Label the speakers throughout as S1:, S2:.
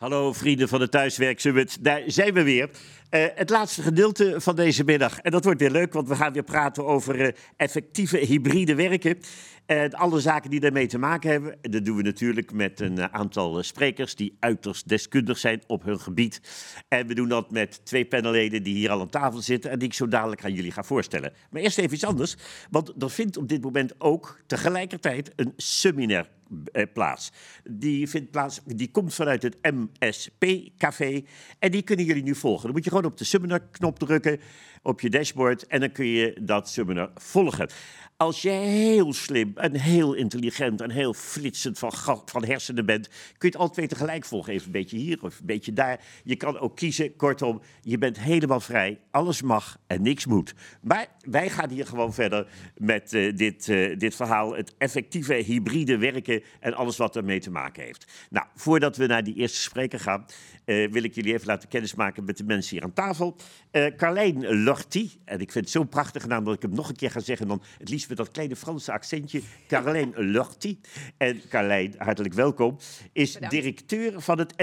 S1: Hallo vrienden van de Thuiswerksummit, daar zijn we weer. Het laatste gedeelte van deze middag. En dat wordt weer leuk, want we gaan weer praten over effectieve hybride werken. En alle zaken die daarmee te maken hebben. En dat doen we natuurlijk met een aantal sprekers die uiterst deskundig zijn op hun gebied. En we doen dat met 2 panelleden die hier al aan tafel zitten en die ik zo dadelijk aan jullie ga voorstellen. Maar eerst even iets anders, want er vindt op dit moment ook tegelijkertijd een seminar plaats. Die komt vanuit het MSP-café en die kunnen jullie nu volgen. Dan moet je gewoon op de seminar-knop drukken op je dashboard en dan kun je dat seminar volgen. Als je heel slim en heel intelligent en heel flitsend van hersenen bent, kun je het alle 2 tegelijk volgen. Even een beetje hier of een beetje daar. Je kan ook kiezen. Kortom, je bent helemaal vrij. Alles mag en niks moet. Maar wij gaan hier gewoon verder met dit verhaal. Het effectieve hybride werken en alles wat ermee te maken heeft. Nou, voordat we naar die eerste spreker gaan, wil ik jullie even laten kennismaken met de mensen hier aan tafel. Carlijn Lortie, en ik vind het zo'n prachtige naam dat ik hem nog een keer ga zeggen, dan het liefst met dat kleine Franse accentje. Carlijn Lortie. En Carlijn, hartelijk welkom, is
S2: Bedankt.
S1: Directeur van het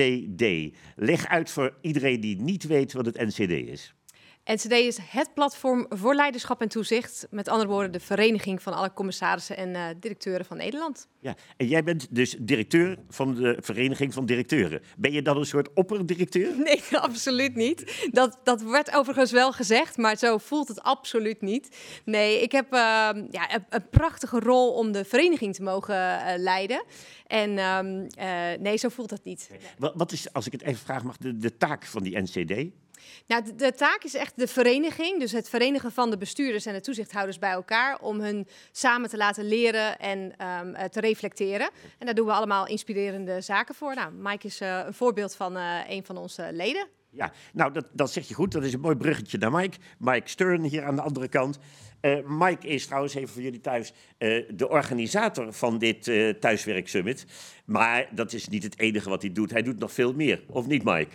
S1: NCD. Leg uit voor iedereen die niet weet wat het NCD is.
S2: NCD is het platform voor leiderschap en toezicht. Met andere woorden, de vereniging van alle commissarissen en directeuren van Nederland.
S1: Ja, en jij bent dus directeur van de Vereniging van Directeuren. Ben je dan een soort opperdirecteur?
S2: Nee, absoluut niet. Dat werd overigens wel gezegd, maar zo voelt het absoluut niet. Nee, ik heb een prachtige rol om de vereniging te mogen leiden. En nee, zo voelt het niet.
S1: Wat is, als ik het even vraag mag, de taak van die NCD?
S2: Nou, de taak is echt de vereniging, dus het verenigen van de bestuurders en de toezichthouders bij elkaar om hun samen te laten leren en te reflecteren. En daar doen we allemaal inspirerende zaken voor. Nou, Mike is een voorbeeld van een van onze leden.
S1: Ja, nou, dat zeg je goed. Dat is een mooi bruggetje naar Mike. Mike Stern hier aan de andere kant. Mike is trouwens, even voor jullie thuis, de organisator van dit Thuiswerksummit. Maar dat is niet het enige wat hij doet. Hij doet nog veel meer. Of niet, Mike?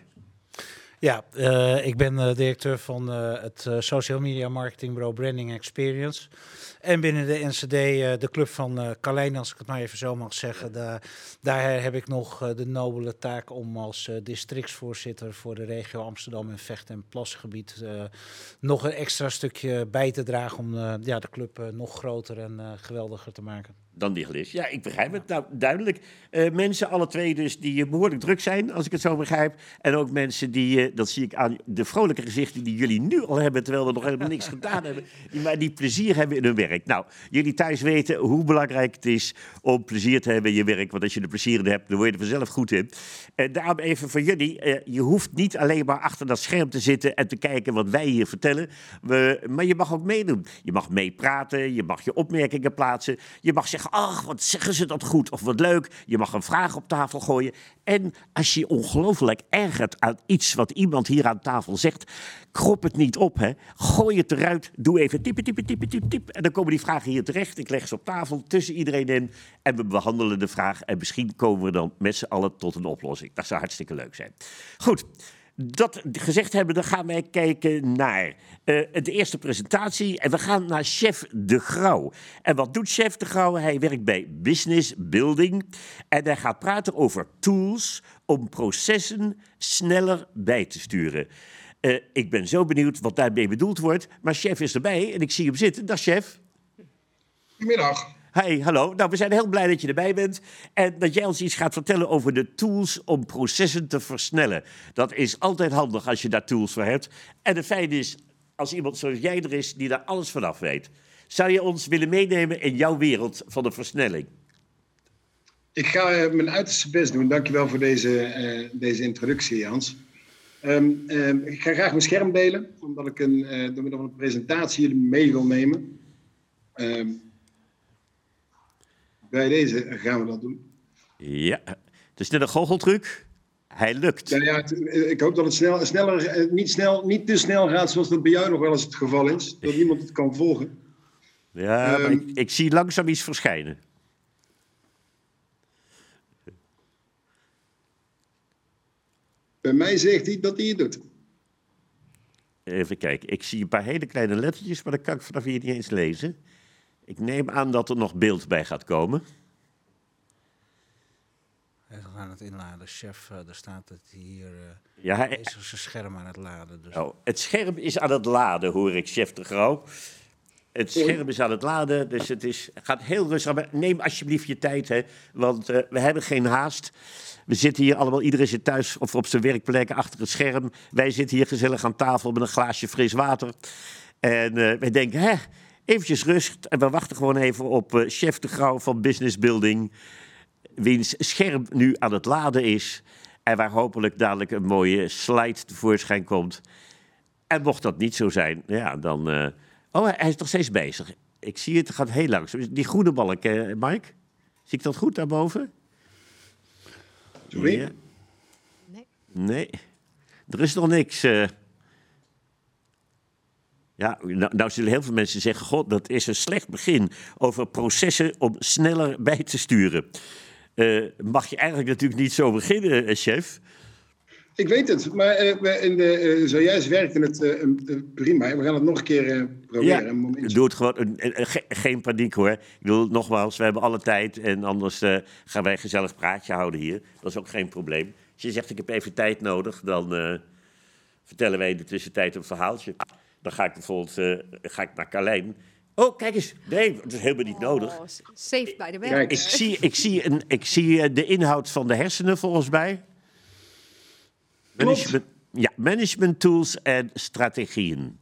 S3: Ja, ik ben directeur van het social media marketingbureau Branding Experience. En binnen de NCD, de club van Carlijn, als ik het maar even zo mag zeggen. Daar heb ik nog de nobele taak om als districtsvoorzitter voor de regio Amsterdam en Vecht- en Plasgebied nog een extra stukje bij te dragen om de club nog groter en geweldiger te maken.
S1: Dan die gelis. Ja, ik begrijp het. Nou, duidelijk. Mensen, alle 2 dus, die behoorlijk druk zijn, als ik het zo begrijp. En ook mensen die, dat zie ik aan de vrolijke gezichten die jullie nu al hebben, terwijl we nog helemaal niks gedaan hebben, maar die plezier hebben in hun werk. Nou, jullie thuis weten hoe belangrijk het is om plezier te hebben in je werk. Want als je er plezier in hebt, dan word je er vanzelf goed in. Daarom even voor jullie. Je hoeft niet alleen maar achter dat scherm te zitten en te kijken wat wij hier vertellen. Maar je mag ook meedoen. Je mag meepraten, je mag je opmerkingen plaatsen. Je mag zeggen, ach, wat zeggen ze dat goed of wat leuk. Je mag een vraag op tafel gooien. En als je ongelooflijk ergert aan iets wat iemand hier aan tafel zegt, krop het niet op, hè. Gooi het eruit, doe even typen. En dan komen die vragen hier terecht. Ik leg ze op tafel tussen iedereen in en we behandelen de vraag. En misschien komen we dan met z'n allen tot een oplossing. Dat zou hartstikke leuk zijn. Goed. Dat gezegd hebben, dan gaan wij kijken naar de eerste presentatie. En we gaan naar Chef de Grauw. En wat doet Chef de Grauw? Hij werkt bij Business Building. En hij gaat praten over tools om processen sneller bij te sturen. Ik ben zo benieuwd wat daarmee bedoeld wordt. Maar Chef is erbij en ik zie hem zitten. Dag Chef.
S4: Goedemiddag.
S1: Hey, hallo. Nou, we zijn heel blij dat je erbij bent en dat jij ons iets gaat vertellen over de tools om processen te versnellen. Dat is altijd handig als je daar tools voor hebt. En het fijne is, als iemand zoals jij er is, die daar alles vanaf weet. Zou je ons willen meenemen in jouw wereld van de versnelling?
S4: Ik ga mijn uiterste best doen. Dankjewel voor deze introductie, Jans. Ik ga graag mijn scherm delen, omdat ik door middel van een presentatie jullie mee wil nemen. Bij deze gaan we dat doen.
S1: Ja, het is net een goocheltruc. Hij lukt.
S4: Ik hoop dat het niet te snel gaat zoals dat bij jou nog wel eens het geval is. Dat niemand het kan volgen.
S1: Ja, maar ik zie langzaam iets verschijnen.
S4: Bij mij zegt hij dat hij het doet.
S1: Even kijken. Ik zie een paar hele kleine lettertjes, maar dat kan ik vanaf hier niet eens lezen. Ik neem aan dat er nog beeld bij gaat komen.
S3: aan het inladen. Chef, daar staat het hier.
S1: Ja,
S3: Hij is zijn scherm aan het laden. Dus.
S1: oh, het scherm is aan het laden, hoor ik, chef de Grauw. Het scherm is aan het laden, dus het gaat heel rustig. Maar neem alsjeblieft je tijd, hè, want we hebben geen haast. We zitten hier allemaal, iedereen zit thuis of op zijn werkplek achter het scherm. Wij zitten hier gezellig aan tafel met een glaasje fris water. En wij denken, eventjes rust. En we wachten gewoon even op chef de Grauw van Business Building, wiens scherm nu aan het laden is. En waar hopelijk dadelijk een mooie slide tevoorschijn komt. En mocht dat niet zo zijn, ja, dan... hij is nog steeds bezig. Ik zie het gaat heel langzaam. Die groene balk, Mike? Zie ik dat goed daarboven?
S4: Sorry?
S1: Ja. Nee. Er is nog niks. Ja, nou zullen heel veel mensen zeggen, god, dat is een slecht begin over processen om sneller bij te sturen. Mag je eigenlijk natuurlijk niet zo beginnen, chef?
S4: Ik weet het, maar zojuist werkte het prima. We gaan het nog een keer proberen.
S1: Ja, doe het gewoon. Geen paniek hoor. Ik bedoel, nogmaals, we hebben alle tijd. En anders gaan wij een gezellig praatje houden hier. Dat is ook geen probleem. Als je zegt, ik heb even tijd nodig, dan vertellen wij in de tussentijd een verhaaltje. Dan ga ik bijvoorbeeld naar Carlijn. Oh, kijk eens. Nee, dat is helemaal niet nodig.
S2: Safe by the way.
S1: Ik zie de inhoud van de hersenen volgens mij. Management tools en strategieën.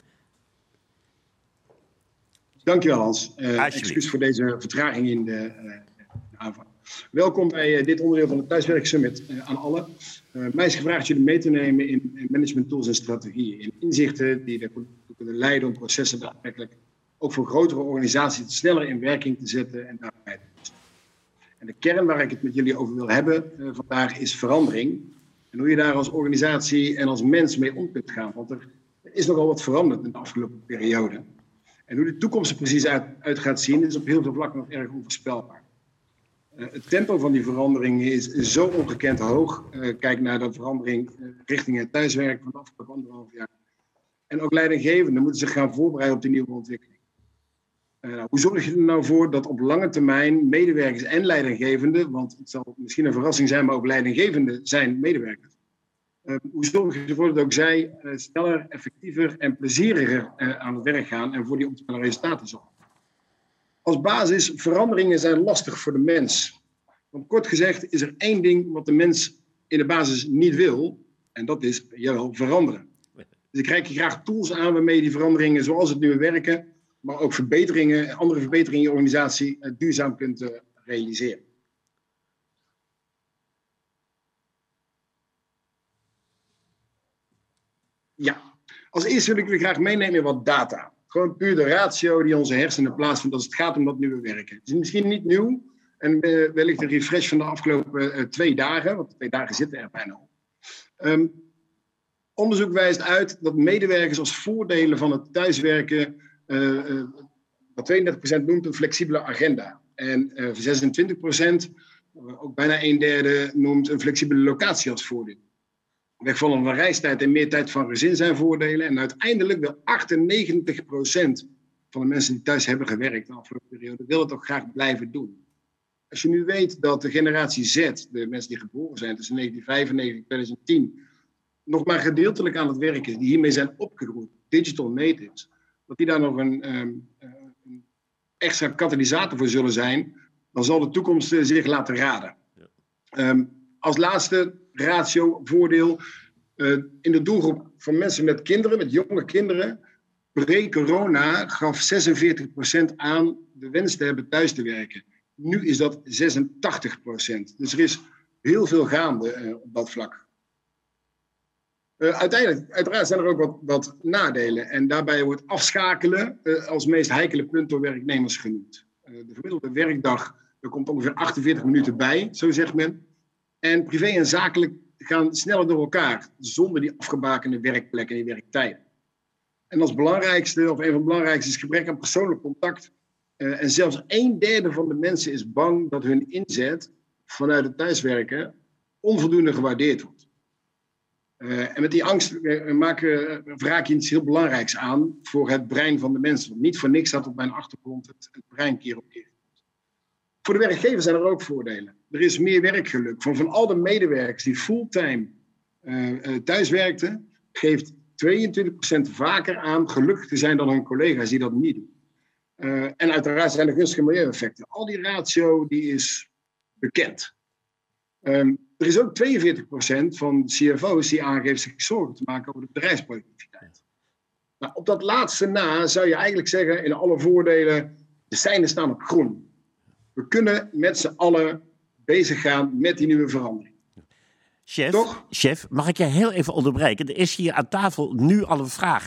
S4: Dankjewel, Hans. Excuus voor deze vertraging in de aanvang. Welkom bij dit onderdeel van de Thuiswerk Summit aan allen. Mij is gevraagd jullie mee te nemen in management tools en strategieën. In inzichten die ertoe kunnen leiden om processen daadwerkelijk ook voor grotere organisaties sneller in werking te zetten en daarbij te doen. En de kern waar ik het met jullie over wil hebben vandaag is verandering. En hoe je daar als organisatie en als mens mee om kunt gaan. Want er is nogal wat veranderd in de afgelopen periode. En hoe de toekomst er precies uit gaat zien, is op heel veel vlakken nog erg onvoorspelbaar. Het tempo van die verandering is zo ongekend hoog. Kijk naar de verandering richting het thuiswerk van de afgelopen 1,5 jaar. En ook leidinggevenden moeten zich gaan voorbereiden op die nieuwe ontwikkeling. Hoe zorg je er nou voor dat op lange termijn medewerkers en leidinggevenden, want het zal misschien een verrassing zijn, maar ook leidinggevenden zijn medewerkers. Hoe zorg je ervoor dat ook zij sneller, effectiever en plezieriger aan het werk gaan en voor die optimale resultaten zorgen? Als basis, veranderingen zijn lastig voor de mens. Want kort gezegd is er één ding wat de mens in de basis niet wil, en dat is veranderen. Dus ik reik je graag tools aan waarmee je die veranderingen zoals het nu werken, maar ook andere verbeteringen in je organisatie duurzaam kunt realiseren. Ja, als eerste wil ik jullie graag meenemen in wat data. Gewoon puur de ratio die onze hersenen plaatsvindt als het gaat om dat nieuwe werken. Het is misschien niet nieuw en wellicht een refresh van de afgelopen 2 dagen, want 2 dagen zitten er bijna op. Onderzoek wijst uit dat medewerkers als voordelen van het thuiswerken wat 32% noemt een flexibele agenda. En 26%, ook bijna 1/3, noemt een flexibele locatie als voordeel. Wegvallen van reistijd en meer tijd van gezin zijn voordelen. En uiteindelijk wil 98% van de mensen die thuis hebben gewerkt de afgelopen periode, wil het ook graag blijven doen. Als je nu weet dat de generatie Z, de mensen die geboren zijn tussen 1995 en 2010, nog maar gedeeltelijk aan het werk is, die hiermee zijn opgegroeid, digital natives, dat die daar nog een extra katalysator voor zullen zijn, dan zal de toekomst zich laten raden. Ja. Als laatste ratio, voordeel, in de doelgroep van mensen met kinderen, met jonge kinderen, pre-corona gaf 46% aan de wens te hebben thuis te werken. Nu is dat 86%. Dus er is heel veel gaande op dat vlak. Uiteraard zijn er ook wat nadelen. En daarbij wordt afschakelen als meest heikele punt door werknemers genoemd. De gemiddelde werkdag, er komt ongeveer 48 minuten bij, zo zegt men. En privé en zakelijk gaan sneller door elkaar, zonder die afgebakende werkplekken en die werktijden. En als belangrijkste, of een van de belangrijkste, is gebrek aan persoonlijk contact. En zelfs 1/3 van de mensen is bang dat hun inzet vanuit het thuiswerken onvoldoende gewaardeerd wordt. En met die angst vraag je iets heel belangrijks aan voor het brein van de mensen. Want niet voor niks staat op mijn achtergrond het brein keer op keer. Voor de werkgever zijn er ook voordelen. Er is meer werkgeluk. Van al de medewerkers die fulltime thuis werkten, geeft 22% vaker aan gelukkig te zijn dan hun collega's die dat niet doen. En uiteraard zijn er gunstige milieueffecten. Al die ratio die is bekend. Er is ook 42% van CFO's die aangeeft zich zorgen te maken over de bedrijfsproductiviteit. Nou, op dat laatste na zou je eigenlijk zeggen, in alle voordelen, de seinen staan op groen. We kunnen met z'n allen bezig gaan met die nieuwe verandering.
S1: Chef, mag ik je heel even onderbreken? Er is hier aan tafel nu al een vraag.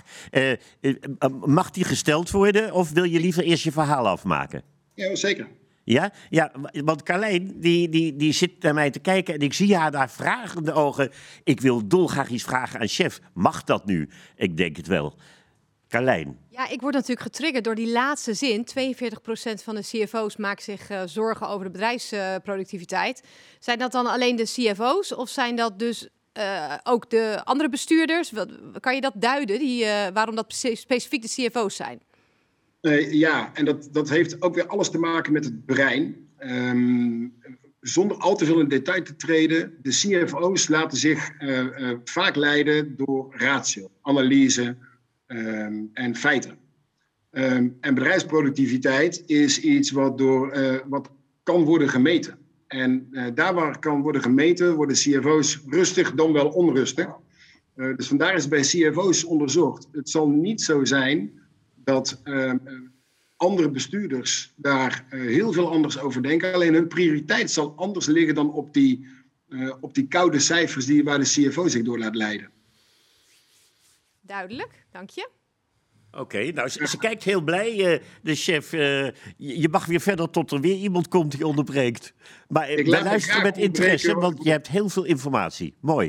S1: Mag die gesteld worden of wil je liever eerst je verhaal afmaken?
S4: Ja, zeker.
S1: Ja, want Carlijn die zit naar mij te kijken en ik zie haar daar vragende ogen. Ik wil dolgraag iets vragen aan chef. Mag dat nu? Ik denk het wel. Carlijn.
S2: Ja, ik word natuurlijk getriggerd door die laatste zin. 42% van de CFO's maakt zich zorgen over de bedrijfsproductiviteit. Zijn dat dan alleen de CFO's of zijn dat dus ook de andere bestuurders? Kan je dat duiden, waarom dat specifiek de CFO's zijn?
S4: Ja, en dat heeft ook weer alles te maken met het brein. Zonder al te veel in detail te treden, de CFO's laten zich vaak leiden door ratio, analyse en feiten. En bedrijfsproductiviteit is iets wat kan worden gemeten. En daar waar kan worden gemeten, worden CFO's rustig dan wel onrustig. Dus vandaar is bij CFO's onderzocht. Het zal niet zo zijn dat andere bestuurders daar heel veel anders over denken. Alleen hun prioriteit zal anders liggen dan op die koude cijfers waar de CFO zich door laat leiden.
S2: Duidelijk, dank je.
S1: Oké, nou, ze kijkt heel blij, de chef. Je mag weer verder tot er weer iemand komt die onderbreekt. Maar wij luisteren met interesse, want je hebt heel veel informatie. Mooi.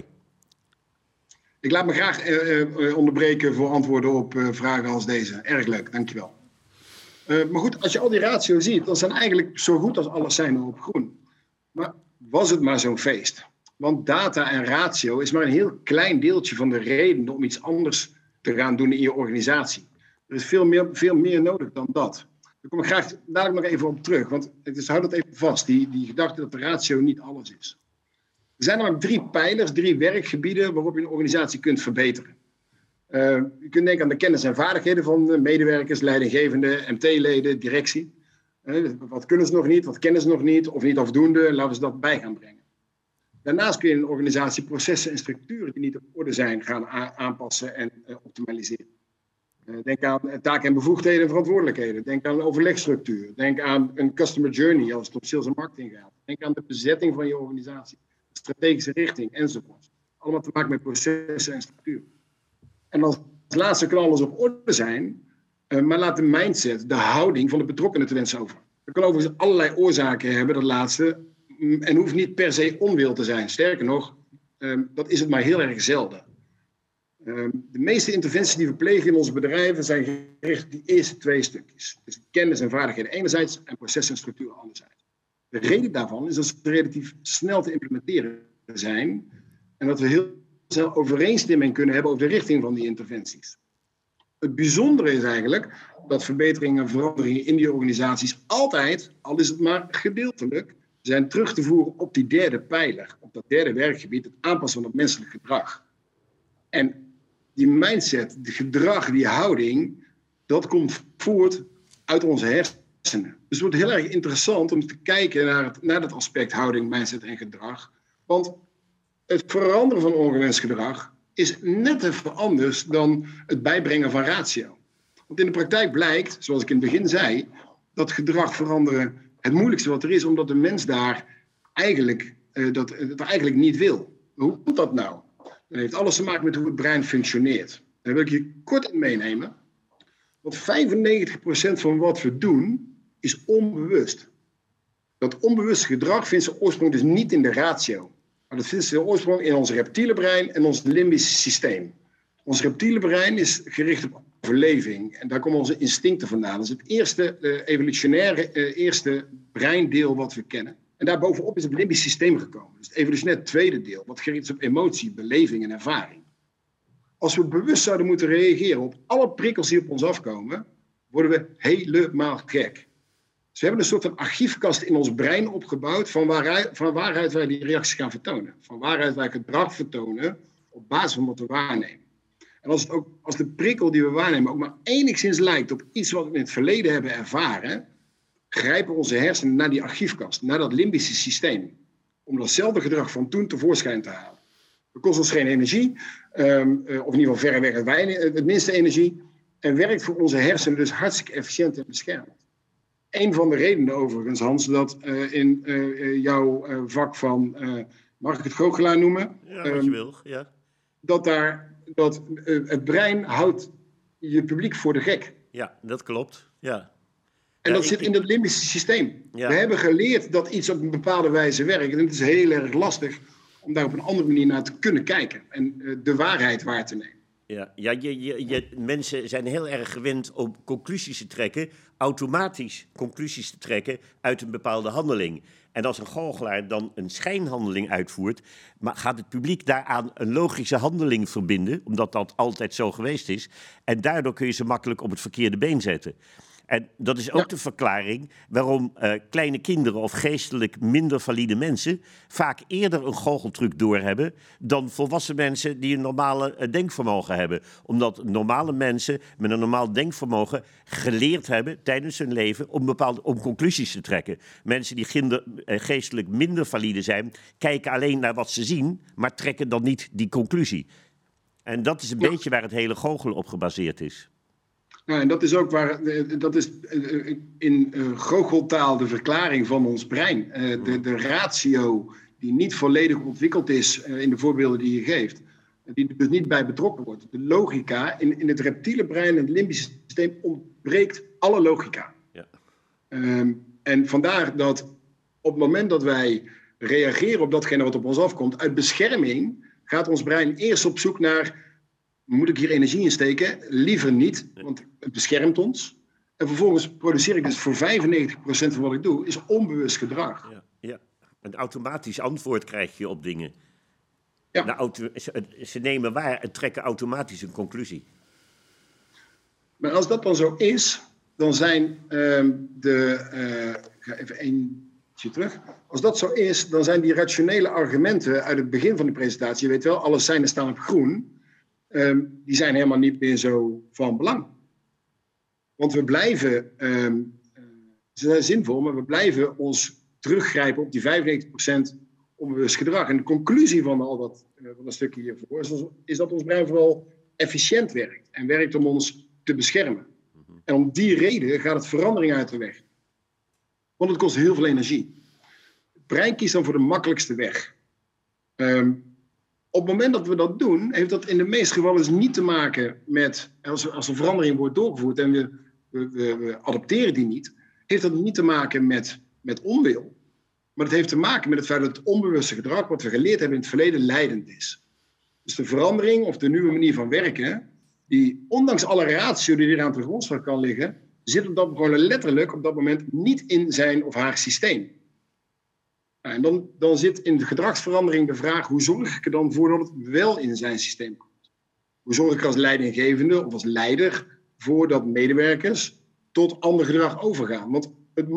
S4: Ik laat me graag onderbreken voor antwoorden op vragen als deze. Erg leuk, dankjewel. Maar goed, als je al die ratio ziet, dan zijn eigenlijk zo goed als alle seinen op groen. Maar was het maar zo'n feest? Want data en ratio is maar een heel klein deeltje van de reden om iets anders te gaan doen in je organisatie. Er is veel meer nodig dan dat. Daar kom ik graag dadelijk nog even op terug, want houd dat even vast, die gedachte dat de ratio niet alles is. Er zijn namelijk 3 pijlers, 3 werkgebieden waarop je een organisatie kunt verbeteren. Je kunt denken aan de kennis en vaardigheden van medewerkers, leidinggevenden, MT-leden, directie. Wat kunnen ze nog niet, wat kennen ze nog niet, of niet afdoende, laten we ze dat bij gaan brengen. Daarnaast kun je in een organisatie processen en structuren die niet op orde zijn gaan aanpassen en optimaliseren. Denk aan taken en bevoegdheden en verantwoordelijkheden. Denk aan een overlegstructuur. Denk aan een customer journey als het om sales en marketing gaat. Denk aan de bezetting van je organisatie, de strategische richting enzovoort. Allemaal te maken met processen en structuren. En als laatste kan alles op orde zijn, maar laat de mindset, de houding van de betrokkenen te wensen over. Dat kan overigens allerlei oorzaken hebben, dat laatste, en hoeft niet per se onwil te zijn. Sterker nog, dat is het maar heel erg zelden. De meeste interventies die we plegen in onze bedrijven zijn gericht op die eerste 2 stukjes. Dus kennis en vaardigheden enerzijds en processen en structuren anderzijds. De reden daarvan is dat ze relatief snel te implementeren zijn en dat we heel snel overeenstemming kunnen hebben over de richting van die interventies. Het bijzondere is eigenlijk dat verbeteringen en veranderingen in die organisaties altijd, al is het maar gedeeltelijk, zijn terug te voeren op die 3e pijler, op dat 3e werkgebied, het aanpassen van het menselijk gedrag. En die mindset, die gedrag, die houding, dat komt voort uit onze hersenen. Dus het wordt heel erg interessant om te kijken naar dat aspect houding, mindset en gedrag. Want het veranderen van ongewenst gedrag is net even anders dan het bijbrengen van ratio. Want in de praktijk blijkt, zoals ik in het begin zei, dat gedrag veranderen het moeilijkste wat er is, omdat de mens daar eigenlijk, dat eigenlijk niet wil. Hoe komt dat nou? Dat heeft alles te maken met hoe het brein functioneert. Daar wil ik je kort in meenemen. Want 95% van wat we doen is onbewust. Dat onbewuste gedrag vindt zijn oorsprong dus niet in de ratio. Maar dat vindt zijn oorsprong in ons reptiele brein en ons limbisch systeem. Ons reptiele brein is gericht op overleving. En daar komen onze instincten vandaan. Dat is het eerste evolutionaire eerste breindeel wat we kennen. En daarbovenop is het limbisch systeem gekomen. Dus het evolutionair tweede deel, wat gericht is op emotie, beleving en ervaring. Als we bewust zouden moeten reageren op alle prikkels die op ons afkomen, worden we helemaal gek. Dus we hebben een soort van archiefkast in ons brein opgebouwd van waaruit wij die reacties gaan vertonen. Van waaruit wij gedrag vertonen op basis van wat we waarnemen. En als de prikkel die we waarnemen ook maar enigszins lijkt op iets wat we in het verleden hebben ervaren, grijpen onze hersenen naar die archiefkast, naar dat limbische systeem, om datzelfde gedrag van toen tevoorschijn te halen. Dat kost ons geen energie, of in ieder geval verreweg het minste energie, en werkt voor onze hersenen dus hartstikke efficiënt en beschermend. Een van de redenen overigens, Hans, dat in jouw vak van, mag ik het goochelaar noemen?
S1: Ja, wat je wil, ja.
S4: Dat het brein houdt je publiek voor de gek.
S1: Ja, dat klopt, ja.
S4: En dat zit in dat limbische systeem.
S1: Ja.
S4: We hebben geleerd dat iets op een bepaalde wijze werkt. En het is heel erg lastig om daar op een andere manier naar te kunnen kijken. En de waarheid waar te nemen.
S1: Ja, mensen zijn heel erg gewend om conclusies te trekken, automatisch conclusies te trekken uit een bepaalde handeling. En als een goochelaar dan een schijnhandeling uitvoert, maar gaat het publiek daaraan een logische handeling verbinden, omdat dat altijd zo geweest is. En daardoor kun je ze makkelijk op het verkeerde been zetten. En dat is ook de verklaring waarom kleine kinderen of geestelijk minder valide mensen vaak eerder een goocheltruc doorhebben dan volwassen mensen die een normale denkvermogen hebben. Omdat normale mensen met een normaal denkvermogen geleerd hebben tijdens hun leven om conclusies te trekken. Mensen die geestelijk minder valide zijn, kijken alleen naar wat ze zien, maar trekken dan niet die conclusie. En dat is een beetje waar het hele goochelen op gebaseerd is.
S4: Nou, en dat is ook in goocheltaal de verklaring van ons brein. De ratio die niet volledig ontwikkeld is in de voorbeelden die je geeft. Die er dus niet bij betrokken wordt. De logica in het reptiele brein en het limbische systeem ontbreekt alle logica. Ja. En vandaar dat op het moment dat wij reageren op datgene wat op ons afkomt, uit bescherming gaat ons brein eerst op zoek naar: moet ik hier energie in steken? Liever niet, want het beschermt ons. En vervolgens produceer ik dus voor 95% van wat ik doe, is onbewust gedrag.
S1: Ja. Een automatisch antwoord krijg je op dingen.
S4: Ja.
S1: Ze nemen waar en trekken automatisch een conclusie.
S4: Maar als dat dan zo is, dan zijn ik ga even eentje terug. Als dat zo is, dan zijn die rationele argumenten uit het begin van de presentatie, je weet wel, alle seinen staan op groen. Die zijn helemaal niet meer zo van belang. Want we blijven, ze zijn zinvol, maar we blijven ons teruggrijpen op die 95% onbewust gedrag. En de conclusie van al dat stukje hiervoor is dat ons brein vooral efficiënt werkt. En werkt om ons te beschermen. En om die reden gaat het verandering uit de weg. Want het kost heel veel energie. Het brein kiest dan voor de makkelijkste weg. Op het moment dat we dat doen, heeft dat in de meeste gevallen dus niet te maken met, als een verandering wordt doorgevoerd en we adopteren die niet, heeft dat niet te maken met onwil. Maar het heeft te maken met het feit dat het onbewuste gedrag, wat we geleerd hebben in het verleden, leidend is. Dus de verandering of de nieuwe manier van werken, die ondanks alle ratio die er aan de grondslag kan liggen, zit gewoon letterlijk op dat moment niet in zijn of haar systeem. En dan zit in de gedragsverandering de vraag: hoe zorg ik er dan voor dat het wel in zijn systeem komt? Hoe zorg ik als leidinggevende of als leider voor dat medewerkers tot ander gedrag overgaan? Want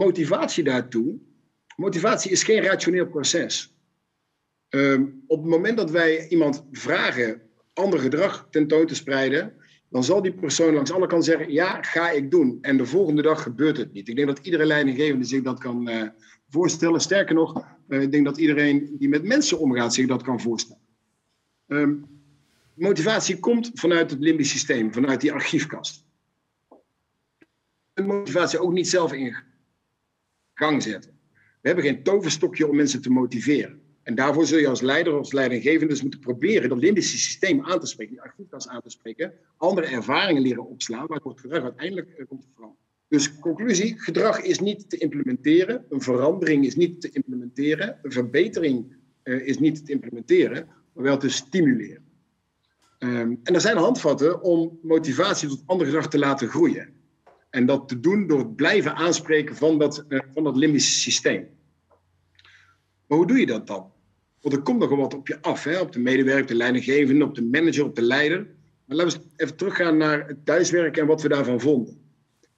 S4: motivatie is geen rationeel proces. Op het moment dat wij iemand vragen ander gedrag tentoon te spreiden, dan zal die persoon langs alle kanten zeggen: ja, ga ik doen. En de volgende dag gebeurt het niet. Ik denk dat iedere leidinggevende zich dat kan voorstellen. Sterker nog, ik denk dat iedereen die met mensen omgaat zich dat kan voorstellen. Motivatie komt vanuit het limbisch systeem, vanuit die archiefkast. Motivatie ook niet zelf in gang zetten. We hebben geen toverstokje om mensen te motiveren. En daarvoor zul je als leider of als leidinggevende dus moeten proberen dat limbische systeem aan te spreken, die archiefkast aan te spreken, andere ervaringen leren opslaan, waardoor het gedrag uiteindelijk komt te veranderen. Dus conclusie: gedrag is niet te implementeren, een verandering is niet te implementeren, een verbetering is niet te implementeren, maar wel te stimuleren. En er zijn handvatten om motivatie tot ander gedrag te laten groeien. En dat te doen door het blijven aanspreken van dat limbische systeem. Maar hoe doe je dat dan? Want er komt nogal wat op je af, hè? Op de medewerker, de leidinggevende, op de manager, op de leider. Maar laten we even teruggaan naar het thuiswerken en wat we daarvan vonden.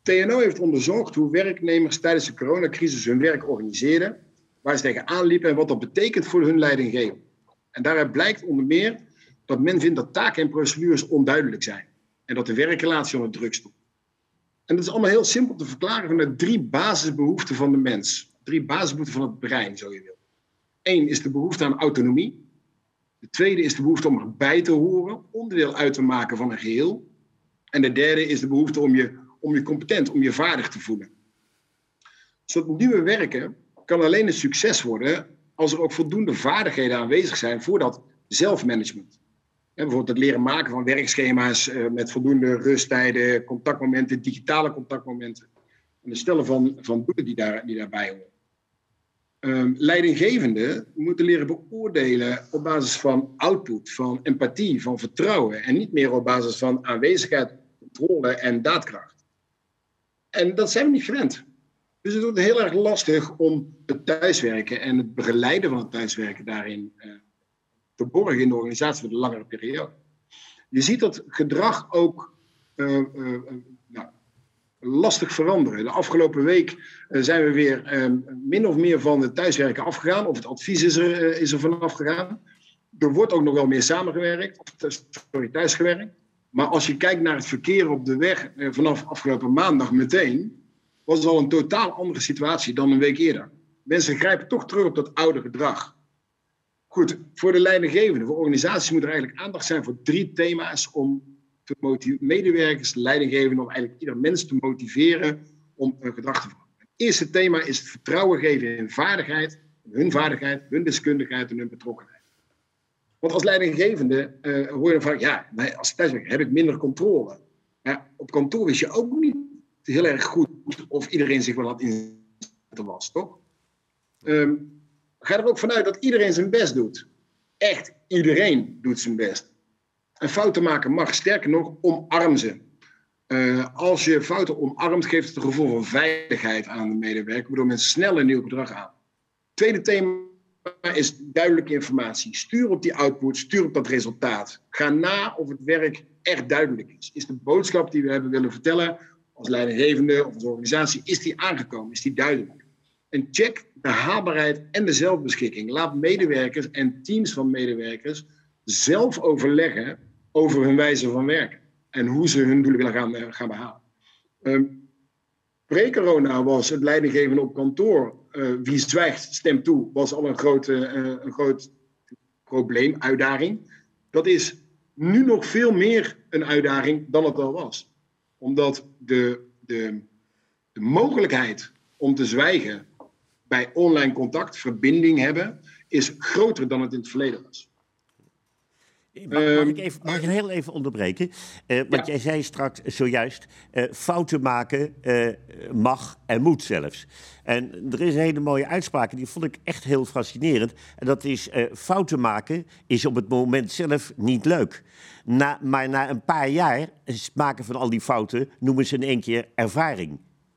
S4: TNO heeft onderzocht hoe werknemers tijdens de coronacrisis hun werk organiseerden, waar ze tegenaan liepen en wat dat betekent voor hun leidinggevende. En daaruit blijkt onder meer dat men vindt dat taken en procedures onduidelijk zijn en dat de werkrelatie onder druk stond. En dat is allemaal heel simpel te verklaren vanuit 3 basisbehoeften van de mens. 3 basisbehoeften van het brein, zo je wil. 1 is de behoefte aan autonomie. De tweede is de behoefte om erbij te horen, onderdeel uit te maken van een geheel. En de derde is de behoefte om je competent, om je vaardig te voelen. Dus dat nieuwe werken kan alleen een succes worden als er ook voldoende vaardigheden aanwezig zijn voor dat zelfmanagement. Bijvoorbeeld het leren maken van werkschema's met voldoende rusttijden, contactmomenten, digitale contactmomenten. En het stellen van doelen die daarbij horen. Leidinggevenden moeten leren beoordelen op basis van output, van empathie, van vertrouwen. En niet meer op basis van aanwezigheid, controle en daadkracht. En dat zijn we niet gewend. Dus het wordt heel erg lastig om het thuiswerken en het begeleiden van het thuiswerken daarin te borgen in de organisatie voor de langere periode. Je ziet dat gedrag ook lastig veranderen. De afgelopen week zijn we weer min of meer van het thuiswerken afgegaan. Of het advies is er vanaf gegaan. Er wordt ook nog wel meer thuisgewerkt. Maar als je kijkt naar het verkeer op de weg vanaf afgelopen maandag meteen, was het al een totaal andere situatie dan een week eerder. Mensen grijpen toch terug op dat oude gedrag. Goed, voor de leidinggevenden, voor organisaties moet er eigenlijk aandacht zijn voor 3 thema's om medewerkers, leidinggevenden, om eigenlijk ieder mens te motiveren om een gedrag te veranderen. Het eerste thema is het vertrouwen geven in vaardigheid, hun deskundigheid en hun betrokkenheid. Want als leidinggevende hoor je dan vaak, als thuiswerker heb ik minder controle. Ja, op kantoor wist je ook niet heel erg goed of iedereen zich wel had inzetten was, toch? Ga er ook vanuit dat iedereen zijn best doet. Echt, iedereen doet zijn best. En fouten maken mag, sterker nog, omarm ze. Als je fouten omarmt, geeft het een gevoel van veiligheid aan de medewerker, waardoor mensen snel een nieuw gedrag aan. Tweede thema is duidelijke informatie. Stuur op die output, stuur op dat resultaat. Ga na of het werk echt duidelijk is. Is de boodschap die we hebben willen vertellen als leidinggevende of als organisatie, is die aangekomen? Is die duidelijk? En check de haalbaarheid en de zelfbeschikking. Laat medewerkers en teams van medewerkers zelf overleggen over hun wijze van werken. En hoe ze hun doelen willen gaan behalen. Pre-corona was het leidinggevende op kantoor, wie zwijgt, stemt toe, was al een groot probleem, uitdaging. Dat is nu nog veel meer een uitdaging dan het al was. Omdat de mogelijkheid om te zwijgen bij online contact, verbinding hebben, is groter dan het in het verleden was.
S1: Mag ik heel even onderbreken? Want jij zei straks zojuist, fouten maken mag en moet zelfs. En er is een hele mooie uitspraak, die vond ik echt heel fascinerend. En dat is, fouten maken is op het moment zelf niet leuk. Maar na een paar jaar, het maken van al die fouten, noemen ze in één keer ervaring.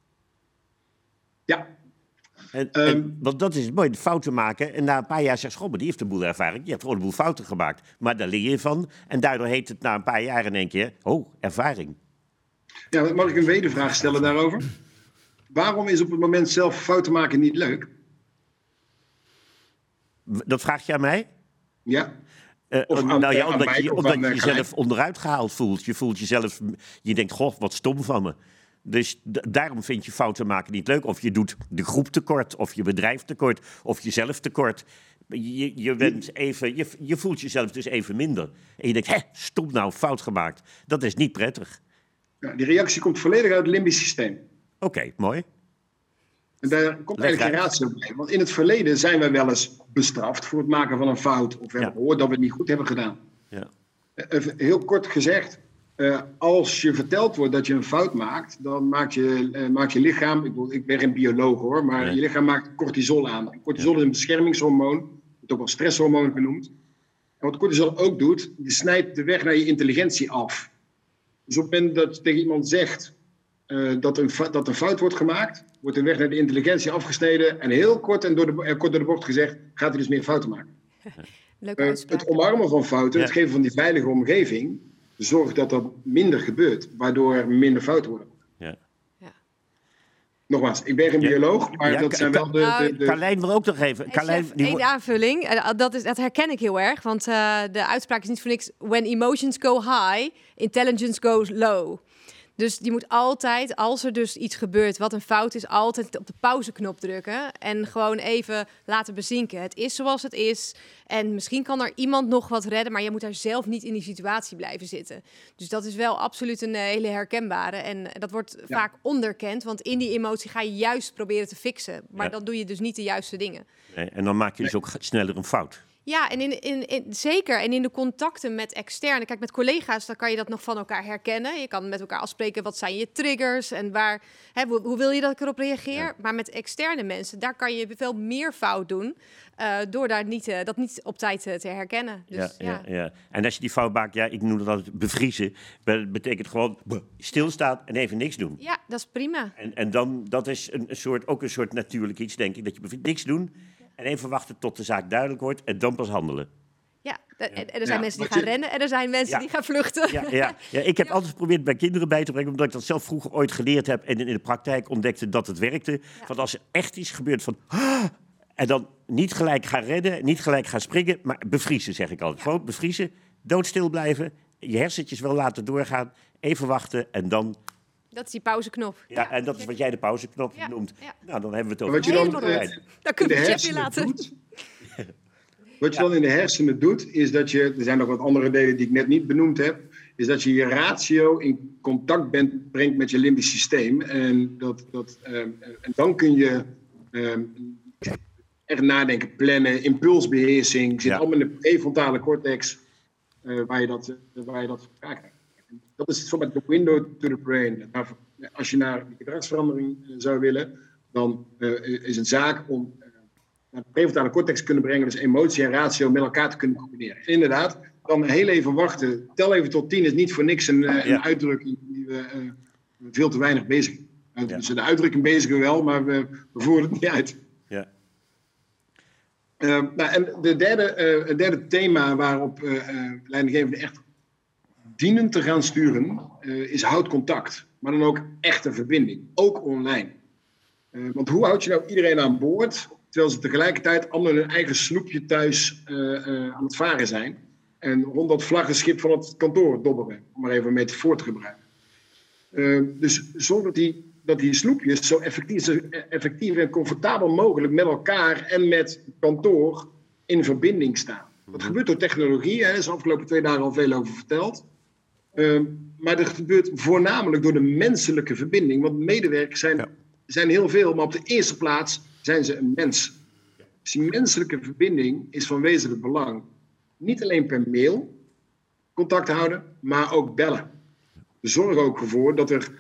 S4: Ja.
S1: Want dat is het mooie, de fouten maken. En na een paar jaar zegt maar die heeft een boel ervaring. Je hebt gewoon een boel fouten gemaakt. Maar daar leer je van. En daardoor heet het na een paar jaar in één keer, ervaring.
S4: Ja, mag ik een wedervraag stellen daarover? Waarom is op het moment zelf fouten maken niet leuk?
S1: Dat vraag je aan mij?
S4: Ja.
S1: Omdat je jezelf onderuit gehaald voelt. Je voelt jezelf, je denkt, goh, wat stom van me. Dus daarom vind je fouten maken niet leuk. Of je doet de groep tekort, of je bedrijf tekort, of jezelf tekort. Je voelt jezelf dus even minder. En je denkt, stom nou, fout gemaakt. Dat is niet prettig.
S4: Ja, die reactie komt volledig uit het limbisch systeem.
S1: Oké, mooi.
S4: En daar komt eigenlijk geen ratio bij. Want in het verleden zijn wij wel eens bestraft voor het maken van een fout. Of we hebben gehoord dat we het niet goed hebben gedaan. Ja. Even heel kort gezegd. Als je verteld wordt dat je een fout maakt, dan maakt je lichaam, ik ben geen bioloog hoor, maar je lichaam maakt cortisol aan. En cortisol is een beschermingshormoon, wordt ook wel stresshormoon genoemd. En wat cortisol ook doet, die snijdt de weg naar je intelligentie af. Dus op het moment dat je tegen iemand zegt dat een fout wordt gemaakt, wordt de weg naar de intelligentie afgesneden en heel kort en kort door de bocht gezegd, gaat hij dus meer fouten maken. Het omarmen van fouten, het geven van die veilige omgeving, zorgt dat dat minder gebeurt, waardoor er minder fouten worden. Nogmaals, ik ben geen bioloog, maar dat zijn wel de...
S1: Carlijn wil ook nog even. Carlijn,
S2: Eén aanvulling. Dat herken ik heel erg. Want de uitspraak is niet voor niks... When emotions go high, intelligence goes low. Dus je moet altijd, als er dus iets gebeurt wat een fout is... altijd op de pauzeknop drukken. En gewoon even laten bezinken. Het is zoals het is. En misschien kan er iemand nog wat redden... maar je moet daar zelf niet in die situatie blijven zitten. Dus dat is wel absoluut een hele herkenbare. En dat wordt vaak onderkend. Want in die emotie ga je juist proberen te fixen. Maar dan doe je dus niet de juiste dingen.
S1: Nee, en dan maak je dus ook sneller een fout.
S2: Ja, en zeker. En in de contacten met externen. Kijk, met collega's, dan kan je dat nog van elkaar herkennen. Je kan met elkaar afspreken, wat zijn je triggers en waar, hoe wil je dat ik erop reageer? Ja. Maar met externe mensen, daar kan je veel meer fout doen. Door daar dat niet op tijd te herkennen. Dus,
S1: ja. En als je die fout maakt, ik noem dat altijd bevriezen. Dat betekent gewoon stilstaan en even niks doen.
S2: Ja, dat is prima.
S1: En dan, dat is ook een soort natuurlijk iets, denk ik. Dat je niks doen en even wachten tot de zaak duidelijk wordt en dan pas handelen.
S2: Ja, en er zijn mensen die gaan rennen en er zijn mensen die gaan vluchten.
S1: Ja, ik heb altijd geprobeerd bij kinderen bij te brengen, omdat ik dat zelf vroeger ooit geleerd heb en in de praktijk ontdekte dat het werkte. Ja. Want als er echt iets gebeurt van... En dan niet gelijk gaan rennen, niet gelijk gaan springen, maar bevriezen, zeg ik altijd. Gewoon bevriezen, doodstil blijven, je hersentjes wel laten doorgaan, even wachten en dan...
S2: Dat is die pauzeknop.
S1: Ja, en dat is wat jij de pauzeknop noemt. Ja. Nou, dan hebben we het over...
S4: Wat je dan
S2: kun je Jeffy laten.
S4: Wat je dan in de hersenen doet, is dat je... Er zijn nog wat andere delen die ik net niet benoemd heb. Is dat je je ratio in contact brengt met je limbisch systeem. En dan kun je echt nadenken, plannen, impulsbeheersing. Zit allemaal in de prefrontale cortex waar je dat voor elkaar krijgt. Dat is zo met de window to the brain. Als je naar die gedragsverandering zou willen, dan is het zaak om naar de prefrontale cortex te kunnen brengen, dus emotie en ratio met elkaar te kunnen combineren. En inderdaad, dan heel even wachten. Tel even tot 10 is niet voor niks een uitdrukking die we veel te weinig bezig zijn. Dus de uitdrukking bezigen wel, maar we voeren het niet uit.
S1: Ja.
S4: En het derde thema waarop leidinggevenden echt dienen te gaan sturen, is houd contact. Maar dan ook echte verbinding. Ook online. Want hoe houd je nou iedereen aan boord, terwijl ze tegelijkertijd allemaal hun eigen sloepje thuis aan het varen zijn. En rond dat vlaggenschip van het kantoor dobberen. Om maar even een metafoor te gebruiken. Dus zorg dat die sloepjes zo effectief en comfortabel mogelijk met elkaar en met het kantoor in verbinding staan. Dat gebeurt door technologie. Daar is de afgelopen 2 dagen al veel over verteld. Maar dat gebeurt voornamelijk door de menselijke verbinding. Want medewerkers zijn heel veel, maar op de eerste plaats zijn ze een mens. Dus die menselijke verbinding is van wezenlijk belang. Niet alleen per mail contact houden, maar ook bellen. Zorg ook ervoor dat er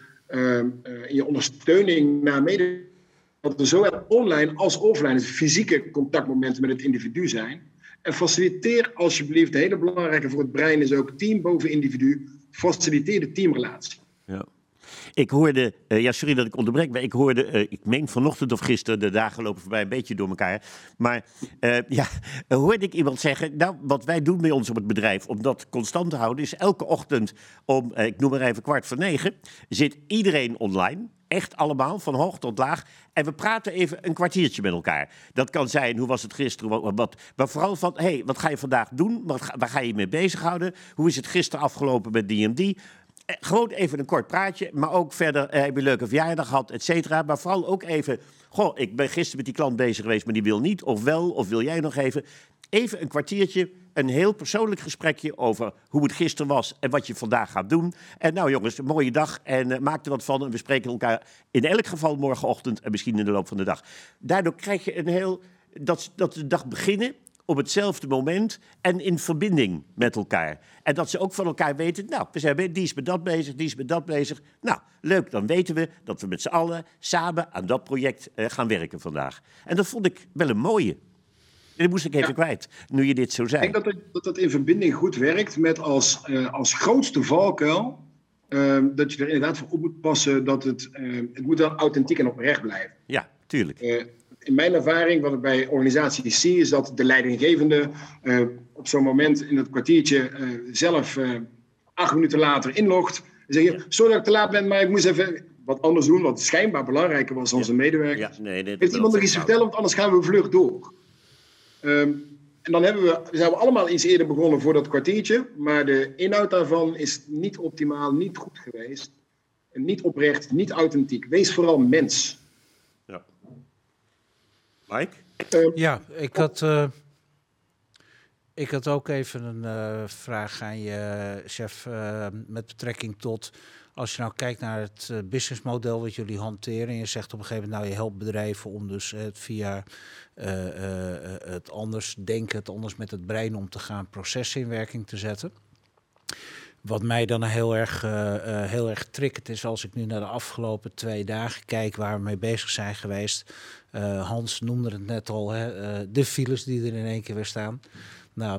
S4: in je ondersteuning naar medewerkers, dat er zowel online als offline fysieke contactmomenten met het individu zijn. En faciliteer alsjeblieft, het hele belangrijke voor het brein is ook team boven individu, faciliteer de teamrelatie.
S1: Ja. Ik hoorde, sorry dat ik onderbreek, maar ik hoorde, ik meen vanochtend of gisteren, de dagen lopen voorbij een beetje door elkaar. Maar hoorde ik iemand zeggen, nou, wat wij doen bij ons op het bedrijf, om dat constant te houden, is elke ochtend om, ik noem maar even 8:45, zit iedereen online. Echt allemaal, van hoog tot laag. En we praten even een kwartiertje met elkaar. Dat kan zijn, hoe was het gisteren? Maar vooral van, wat ga je vandaag doen? Waar ga je je mee bezighouden? Hoe is het gisteren afgelopen met die en die? Gewoon even een kort praatje, maar ook verder, heb je een leuke verjaardag gehad, et cetera. Maar vooral ook even, ik ben gisteren met die klant bezig geweest, maar die wil niet, of wel, of wil jij nog even? Even een kwartiertje, een heel persoonlijk gesprekje over hoe het gisteren was en wat je vandaag gaat doen. En nou jongens, een mooie dag en maak er wat van. En we spreken elkaar in elk geval morgenochtend en misschien in de loop van de dag. Daardoor krijg je dat de dag beginnen op hetzelfde moment en in verbinding met elkaar. En dat ze ook van elkaar weten, nou, die is met dat bezig, die is met dat bezig. Nou, leuk, dan weten we dat we met z'n allen samen aan dat project gaan werken vandaag. En dat vond ik wel een mooie. En die moest ik even kwijt, nu je dit zo zei.
S4: Ik denk dat in verbinding goed werkt met als grootste valkuil dat je er inderdaad voor op moet passen dat het moet dan authentiek en oprecht blijven.
S1: Ja, tuurlijk.
S4: In mijn ervaring, wat ik bij organisaties zie, is dat de leidinggevende op zo'n moment in dat kwartiertje zelf 8 minuten later inlogt. En zeg je, sorry dat ik te laat ben, maar ik moest even wat anders doen, wat schijnbaar belangrijker was dan zijn medewerkers.
S1: Ja, nee,
S4: heeft iemand nog iets te vertellen, want anders gaan we vlug door. En dan zijn we allemaal iets eerder begonnen voor dat kwartiertje, maar de inhoud daarvan is niet optimaal, niet goed geweest, niet oprecht, niet authentiek. Wees vooral mens.
S1: Ja. Mike?
S3: Ik had ook even een vraag aan je, chef, met betrekking tot... Als je nou kijkt naar het businessmodel wat jullie hanteren... en je zegt op een gegeven moment, je helpt bedrijven om dus via het anders denken... het anders met het brein om te gaan, processen in werking te zetten. Wat mij dan heel erg triggert is als ik nu naar de afgelopen 2 dagen kijk... waar we mee bezig zijn geweest. Hans noemde het net al, de files die er in één keer weer staan... Nou,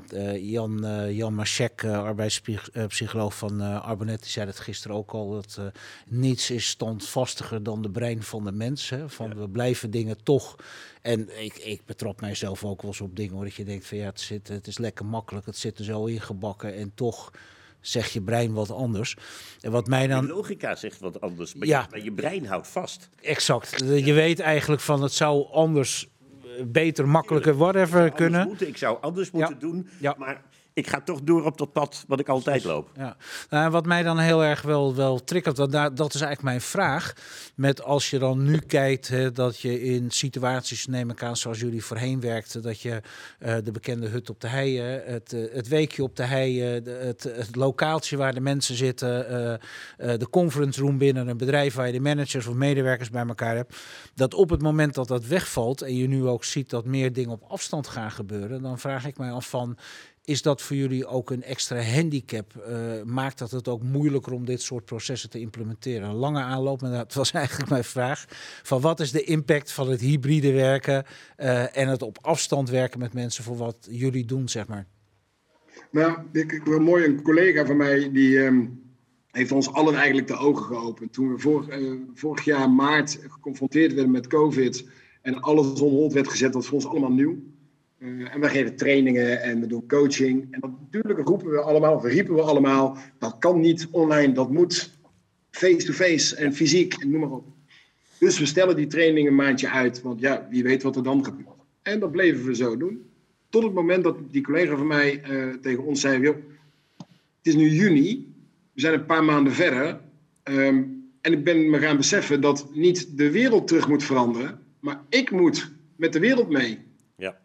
S3: Jan Maschek, arbeidspsycholoog van Arbonet, die zei dat gisteren ook al. Dat niets is standvastiger dan de brein van de mens. Hè, we blijven dingen toch. En ik betrap mijzelf ook wel eens op dingen, hoor. Dat je denkt van het is lekker makkelijk. Het zit er zo ingebakken en toch zeg je brein wat anders. En wat mij dan...
S1: De logica zegt wat anders, maar je brein houdt vast.
S3: Exact. Je weet eigenlijk van het zou anders... beter, makkelijker, whatever kunnen.
S1: Ik zou anders moeten doen, maar ik ga toch door op dat pad wat ik altijd loop.
S3: Ja. Nou, wat mij dan heel erg wel triggert, dat is eigenlijk mijn vraag. Met als je dan nu kijkt, dat je in situaties, neem ik aan zoals jullie voorheen werkten, dat je de bekende hut op de hei, het weekje op de hei, het lokaaltje waar de mensen zitten, de conference room binnen een bedrijf waar je de managers of medewerkers bij elkaar hebt, dat op het moment dat dat wegvalt en je nu ook ziet dat meer dingen op afstand gaan gebeuren, dan vraag ik mij af van, is dat voor jullie ook een extra handicap? Maakt dat het ook moeilijker om dit soort processen te implementeren? Een lange aanloop, maar dat was eigenlijk mijn vraag. Van wat is de impact van het hybride werken en het op afstand werken met mensen voor wat jullie doen, zeg maar?
S4: Nou, wel mooi, een collega van mij die heeft ons allen eigenlijk de ogen geopend. Toen we vorig jaar maart geconfronteerd werden met COVID en alles on hold werd gezet, dat was voor ons allemaal nieuw. En we geven trainingen en we doen coaching. En natuurlijk riepen we allemaal, dat kan niet online, dat moet face-to-face en fysiek en noem maar op. Dus we stellen die training een maandje uit, want wie weet wat er dan gebeurt. En dat bleven we zo doen. Tot het moment dat die collega van mij tegen ons zei, het is nu juni, we zijn een paar maanden verder. En ik ben me gaan beseffen dat niet de wereld terug moet veranderen, maar ik moet met de wereld mee.
S1: Ja.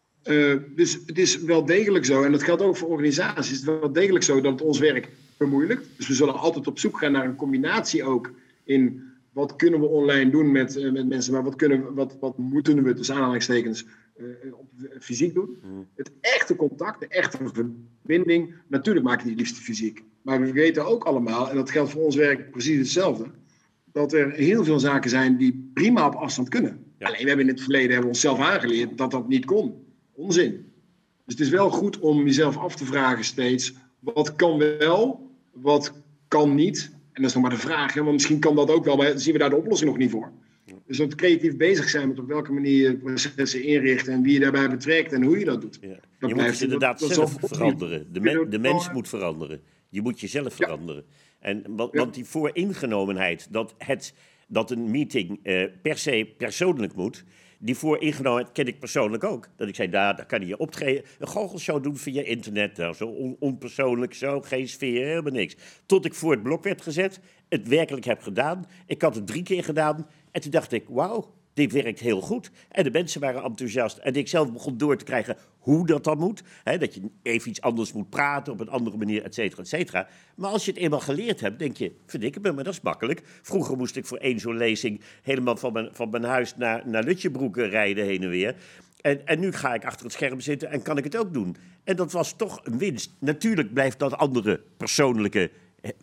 S4: Dus het is wel degelijk zo, en dat geldt ook voor organisaties, het is wel degelijk zo dat het ons werk bemoeilijkt. Dus we zullen altijd op zoek gaan naar een combinatie ook in wat kunnen we online doen met mensen, maar wat moeten we tussen aanhalingstekens fysiek doen. Het echte contact, de echte verbinding, natuurlijk maken die het liefst fysiek. Maar we weten ook allemaal, en dat geldt voor ons werk precies hetzelfde, dat er heel veel zaken zijn die prima op afstand kunnen. Ja. Alleen we hebben in het verleden onszelf aangeleerd dat dat niet kon. Onzin. Dus het is wel goed om jezelf af te vragen steeds, wat kan wel, wat kan niet. En dat is nog maar de vraag, want misschien kan dat ook wel, maar zien we daar de oplossing nog niet voor. Ja. Dus dat creatief bezig zijn met op welke manier je processen inricht en wie je daarbij betrekt en hoe je dat doet. Ja.
S1: Je moet het inderdaad zelf veranderen. De mens moet veranderen. Je moet jezelf veranderen. En want die vooringenomenheid dat een meeting per se persoonlijk moet, die vooringenomenheid ken ik persoonlijk ook. Dat ik zei, daar kan je optreden, een goochelshow doen via internet. Nou, zo onpersoonlijk, zo, geen sfeer, helemaal niks. Tot ik voor het blok werd gezet, het werkelijk heb gedaan. Ik had het 3 keer gedaan en toen dacht ik, wauw, dit werkt heel goed. En de mensen waren enthousiast. En ik zelf begon door te krijgen hoe dat dan moet. Hè, dat je even iets anders moet praten, op een andere manier, et cetera, et cetera. Maar als je het eenmaal geleerd hebt, denk je, verdikke me, maar dat is makkelijk. Vroeger moest ik voor 1 zo'n lezing helemaal van mijn huis naar Lutjebroek rijden heen en weer. En nu ga ik achter het scherm zitten en kan ik het ook doen. En dat was toch een winst. Natuurlijk blijft dat andere persoonlijke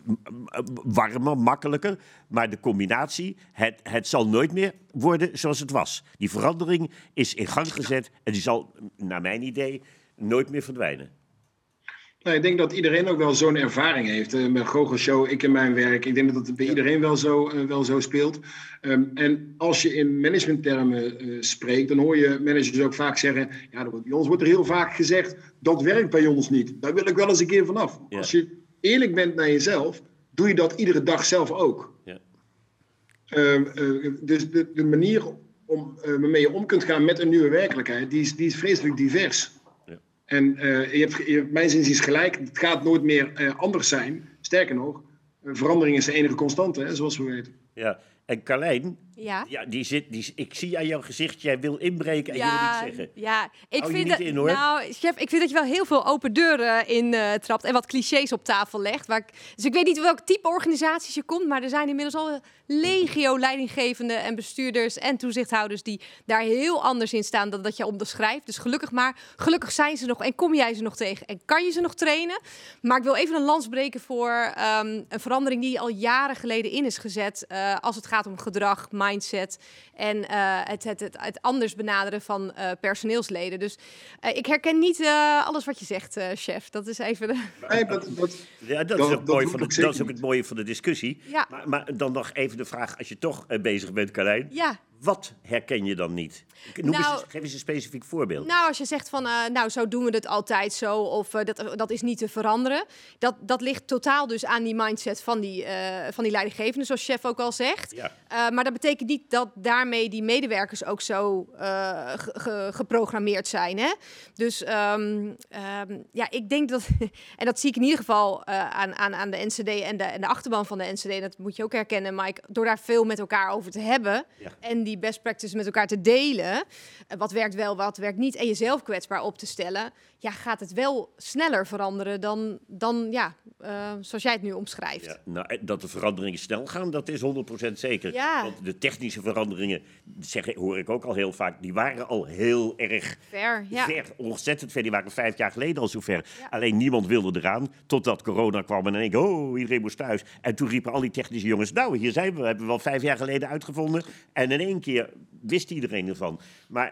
S1: warmer, makkelijker. Maar de combinatie, het zal nooit meer worden zoals het was. Die verandering is in gang gezet en die zal, naar mijn idee, nooit meer verdwijnen.
S4: Nou, ik denk dat iedereen ook wel zo'n ervaring heeft. Met Goochelshow, ik in mijn werk. Ik denk dat het bij iedereen wel zo speelt. En als je in managementtermen spreekt, dan hoor je managers ook vaak zeggen, bij ons wordt er heel vaak gezegd, dat werkt bij ons niet. Daar wil ik wel eens een keer vanaf. Ja. Als je eerlijk bent naar jezelf, doe je dat iedere dag zelf ook. Ja. Dus de manier waarmee je om kunt gaan met een nieuwe werkelijkheid, die is vreselijk divers. Ja. En je hebt mijn inziens gelijk, het gaat nooit meer anders zijn. Sterker nog, verandering is de enige constante, hè, zoals we weten.
S1: Ja, en Carlijn,
S2: ja?
S1: Ik zie aan jouw gezicht, jij wil inbreken en je wil iets zeggen.
S2: Ja, ik
S1: Hou je
S2: vind
S1: niet in, hoor.
S2: Nou, chef, ik vind dat je wel heel veel open deuren trapt en wat clichés op tafel legt. Dus ik weet niet welk type organisaties je komt, maar er zijn inmiddels al legio leidinggevenden en bestuurders en toezichthouders die daar heel anders in staan dan dat je onderschrijft. Dus gelukkig zijn ze nog en kom jij ze nog tegen en kan je ze nog trainen. Maar ik wil even een lans breken voor een verandering die al jaren geleden in is gezet als het gaat om gedrag, mindset en het anders benaderen van personeelsleden. Dus ik herken niet alles wat je zegt, chef. Dat is even
S1: dat is ook het mooie van de discussie.
S2: Ja.
S1: Maar dan nog even de vraag, als je toch bezig bent, Carlijn.
S2: Ja.
S1: Wat herken je dan niet? Geef eens een specifiek voorbeeld.
S2: Nou, als je zegt van, zo doen we het altijd zo, of dat is niet te veranderen. Dat ligt totaal dus aan die mindset van die leidinggevende, zoals chef ook al zegt.
S1: Ja.
S2: Maar dat betekent niet dat daarmee die medewerkers ook zo geprogrammeerd zijn. Hè? Dus ik denk dat, en dat zie ik in ieder geval aan de NCD en de achterban van de NCD, dat moet je ook herkennen, Mike, door daar veel met elkaar over te hebben en die best practices met elkaar te delen, wat werkt wel, wat werkt niet, en jezelf kwetsbaar op te stellen, gaat het wel sneller veranderen dan zoals jij het nu omschrijft. Ja,
S1: nou, dat de veranderingen snel gaan, dat is 100% zeker.
S2: Ja.
S1: Want de technische veranderingen, hoor ik ook al heel vaak, die waren al heel erg ver, ontzettend ver. Die waren 5 jaar geleden al zo ver. Ja. Alleen niemand wilde eraan, totdat corona kwam en dan denk ik, iedereen moest thuis. En toen riepen al die technische jongens, nou, hier zijn we, hebben we al 5 jaar geleden uitgevonden. En in één keer wist iedereen ervan. Maar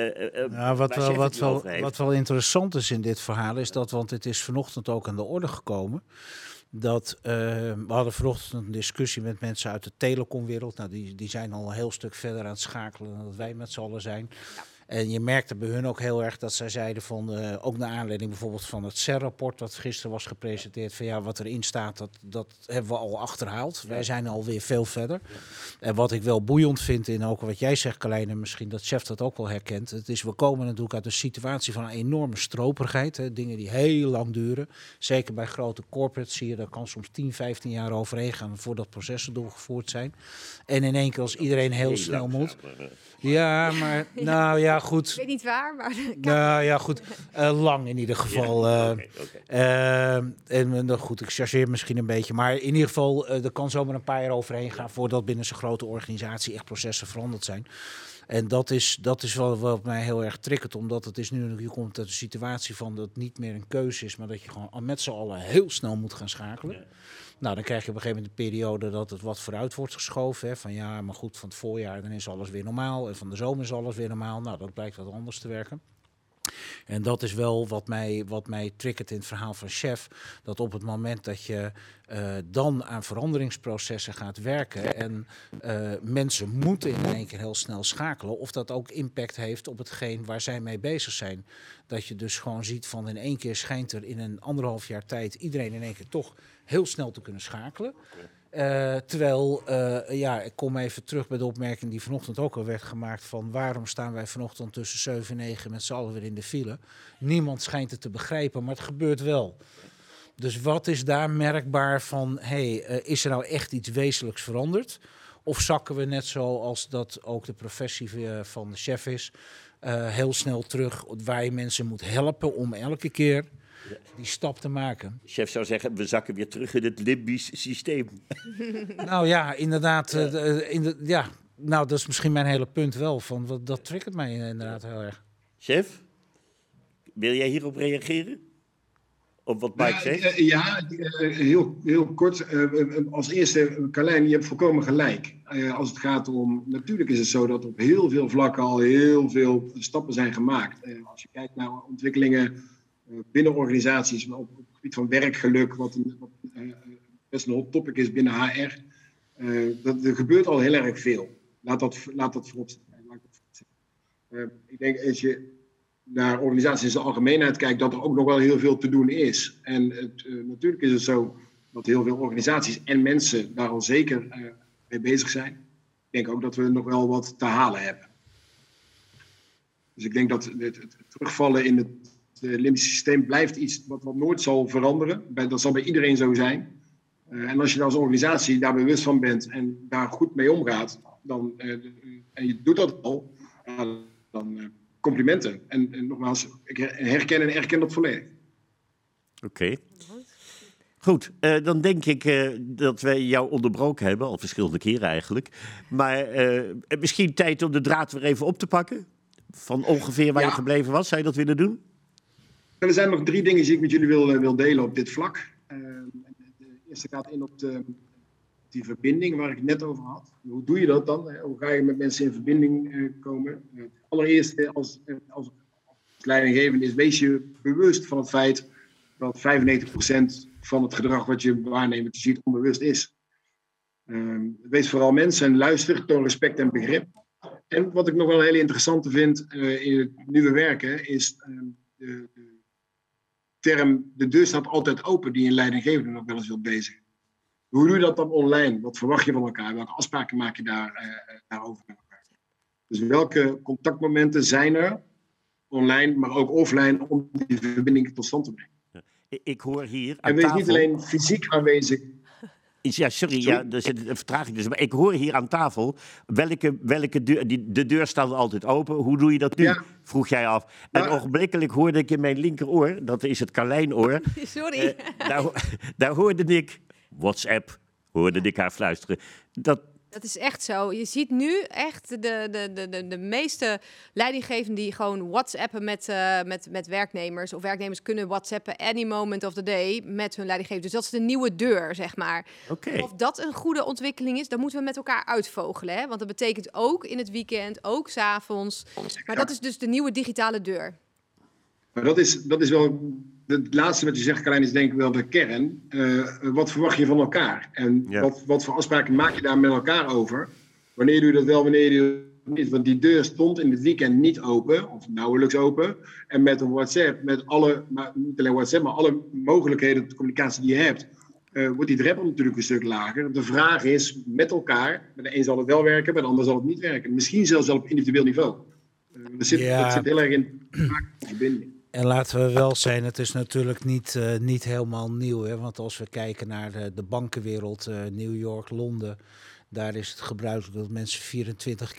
S3: wat wel interessant is in dit verhaal is dat, want het is vanochtend ook aan de orde gekomen, dat we hadden vanochtend een discussie met mensen uit de telecomwereld. Nou, die zijn al een heel stuk verder aan het schakelen dan dat wij met z'n allen zijn. Ja. En je merkte bij hun ook heel erg dat zij zeiden van, ook naar aanleiding bijvoorbeeld van het CER-rapport dat gisteren was gepresenteerd, van wat erin staat, dat hebben we al achterhaald. Wij zijn alweer veel verder. Ja. En wat ik wel boeiend vind in ook wat jij zegt, Carlijn, en misschien dat chef dat ook wel herkent, we komen natuurlijk uit een situatie van een enorme stroperigheid. Hè, dingen die heel lang duren. Zeker bij grote corporates zie je, daar kan soms 10, 15 jaar overheen gaan voordat processen doorgevoerd zijn. En in één keer als iedereen heel snel moet. Ja, maar nou ja, goed.
S2: Ik weet niet waar, maar...
S3: Nou ja, goed. Lang in ieder geval. En goed, ik chargeer misschien een beetje. Maar in ieder geval, er kan zomaar een paar jaar overheen gaan voordat binnen zo'n grote organisatie echt processen veranderd zijn. En dat is wel wat mij heel erg triggert, omdat het is nu, je komt uit de situatie van dat het niet meer een keuze is, maar dat je gewoon met z'n allen heel snel moet gaan schakelen. Ja. Nou, dan krijg je op een gegeven moment een periode dat het wat vooruit wordt geschoven. Hè, van maar goed, van het voorjaar dan is alles weer normaal. En van de zomer is alles weer normaal. Nou, dat blijkt wat anders te werken. En dat is wel wat mij triggert in het verhaal van chef. Dat op het moment dat je dan aan veranderingsprocessen gaat werken en mensen moeten in één keer heel snel schakelen, of dat ook impact heeft op hetgeen waar zij mee bezig zijn. Dat je dus gewoon ziet van in één keer schijnt er in een 1,5 jaar tijd iedereen in één keer toch heel snel te kunnen schakelen. Terwijl, ik kom even terug bij de opmerking die vanochtend ook al werd gemaakt van waarom staan wij vanochtend tussen 7 en 9 met z'n allen weer in de file. Niemand schijnt het te begrijpen, maar het gebeurt wel. Dus wat is daar merkbaar van, is er nou echt iets wezenlijks veranderd? Of zakken we net zoals dat ook de professie van de chef is, heel snel terug waar je mensen moet helpen om elke keer die stap te maken.
S1: De chef zou zeggen, we zakken weer terug in het limbisch systeem.
S3: Nou ja, inderdaad. Nou, dat is misschien mijn hele punt wel. Dat triggert mij inderdaad heel erg.
S1: Chef, wil jij hierop reageren? Op wat Mike zegt?
S4: Heel kort. Als eerste, Carlijn, je hebt volkomen gelijk. Als het gaat om... Natuurlijk is het zo dat op heel veel vlakken al heel veel stappen zijn gemaakt. Als je kijkt naar ontwikkelingen binnen organisaties, op het gebied van werkgeluk, wat best een hot topic is binnen HR. Er gebeurt al heel erg veel. Laat dat voorop staan. Ik denk, als je naar organisaties in zijn algemeenheid kijkt, dat er ook nog wel heel veel te doen is. En natuurlijk is het zo dat heel veel organisaties en mensen daar al zeker mee bezig zijn. denk ook dat we nog wel wat te halen hebben. Dus ik denk dat het terugvallen in het limbische systeem blijft iets wat nooit zal veranderen. Dat zal bij iedereen zo zijn. En als je als organisatie daar bewust van bent en daar goed mee omgaat, en je doet dat al, dan complimenten. En nogmaals, ik herken en erken dat volledig.
S1: Oké. Goed, dan denk ik dat wij jou onderbroken hebben, al verschillende keren eigenlijk. Maar misschien tijd om de draad weer even op te pakken. Van ongeveer waar je gebleven was. Zou je dat willen doen?
S4: Er zijn nog 3 dingen die ik met jullie wil delen op dit vlak. De eerste gaat in op die verbinding waar ik het net over had. Hoe doe je dat dan? Hoe ga je met mensen in verbinding komen? Allereerst als leidinggevende is, wees je bewust van het feit dat 95% van het gedrag wat je waarneemt, wat je ziet, onbewust is. Wees vooral mens en luister, toon respect en begrip. En wat ik nog wel een hele interessante vind in het nieuwe werken, is de term de deur staat altijd open, die een leidinggevende nog wel eens wil bezigen. Hoe doe je dat dan online? Wat verwacht je van elkaar? Welke afspraken maak je daarover met elkaar? Dus welke contactmomenten zijn er, online, maar ook offline, om die verbinding tot stand te brengen?
S1: Ik hoor hier aan
S4: en wees
S1: tafel...
S4: niet alleen fysiek aanwezig.
S1: Ja, sorry, ja, er zit een vertraging tussen. Maar ik hoor hier aan tafel, welke deur... De deur staat altijd open. Hoe doe je dat nu? Ja. Vroeg jij af. En ogenblikkelijk hoorde ik in mijn linkeroor, dat is het Carlijnoor...
S2: Sorry.
S1: Daar hoorde ik WhatsApp, hoorde ik haar fluisteren.
S2: Dat is echt zo. Je ziet nu echt de meeste leidinggevenden die gewoon WhatsAppen met werknemers. Of werknemers kunnen WhatsAppen any moment of the day met hun leidinggever. Dus dat is de nieuwe deur, zeg maar.
S1: Okay.
S2: Of dat een goede ontwikkeling is, dan moeten we met elkaar uitvogelen. Hè? Want dat betekent ook in het weekend, ook 's avonds. Maar dat is dus de nieuwe digitale deur.
S4: Maar dat is wel... Het laatste wat je zegt, Carlijn, is denk ik wel de kern. Wat verwacht je van elkaar? En wat voor afspraken maak je daar met elkaar over? Wanneer doe je dat wel, wanneer doe je dat niet? Want die deur stond in het weekend niet open, of nauwelijks open. En met een WhatsApp, niet alleen WhatsApp, maar alle mogelijkheden tot communicatie die je hebt, wordt die drempel natuurlijk een stuk lager. De vraag is met elkaar, bij de een zal het wel werken, bij de ander zal het niet werken. Misschien zelfs op individueel niveau. Dat zit heel erg in de verbinding.
S3: En laten we wel zijn, het is natuurlijk niet helemaal nieuw. Hè? Want als we kijken naar de bankenwereld, New York, Londen, daar is het gebruikelijk dat mensen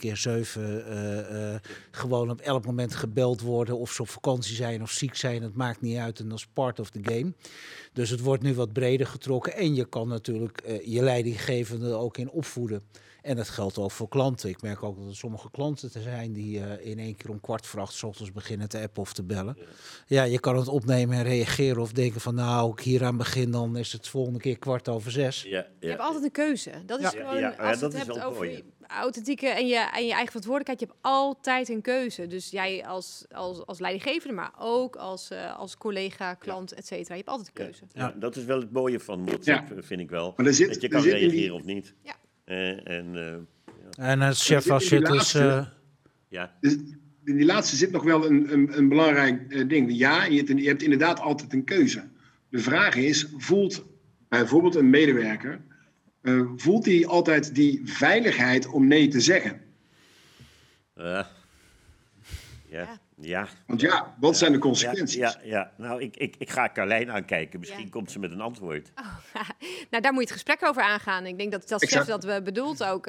S3: 24/7 gewoon op elk moment gebeld worden. Of ze op vakantie zijn of ziek zijn, het maakt niet uit. En dat is part of the game. Dus het wordt nu wat breder getrokken. En je kan natuurlijk je leidinggevende ook in opvoeden. En dat geldt ook voor klanten. Ik merk ook dat er sommige klanten er zijn die in 1 keer om 7:15 's ochtends beginnen te appen of te bellen. Ja, je kan het opnemen en reageren of denken van nou, ik hier aan begin, dan is het volgende keer 6:15.
S2: Je hebt altijd een keuze. Dat is gewoon, als je het hebt over authentieke en je eigen verantwoordelijkheid, je hebt altijd een keuze. Dus jij als leidinggevende, maar ook als collega, klant, et cetera. Je hebt altijd een keuze.
S1: Ja, dat is wel het mooie van WhatsApp, vind ik wel.
S4: Maar
S1: dat je kan reageren of niet.
S2: Ja.
S3: En chef, als je het dus...
S4: Dus in die laatste zit nog wel een belangrijk ding. Ja, je hebt inderdaad altijd een keuze. De vraag is, voelt bijvoorbeeld een medewerker, voelt hij altijd die veiligheid om nee te zeggen?
S1: Ja.
S4: Want wat zijn de consequenties?
S1: Ja. Nou, ik ga Carlijn aankijken. Misschien komt ze met een antwoord.
S2: Nou, daar moet je het gesprek over aangaan. Ik denk dat chef dat we bedoelt ook.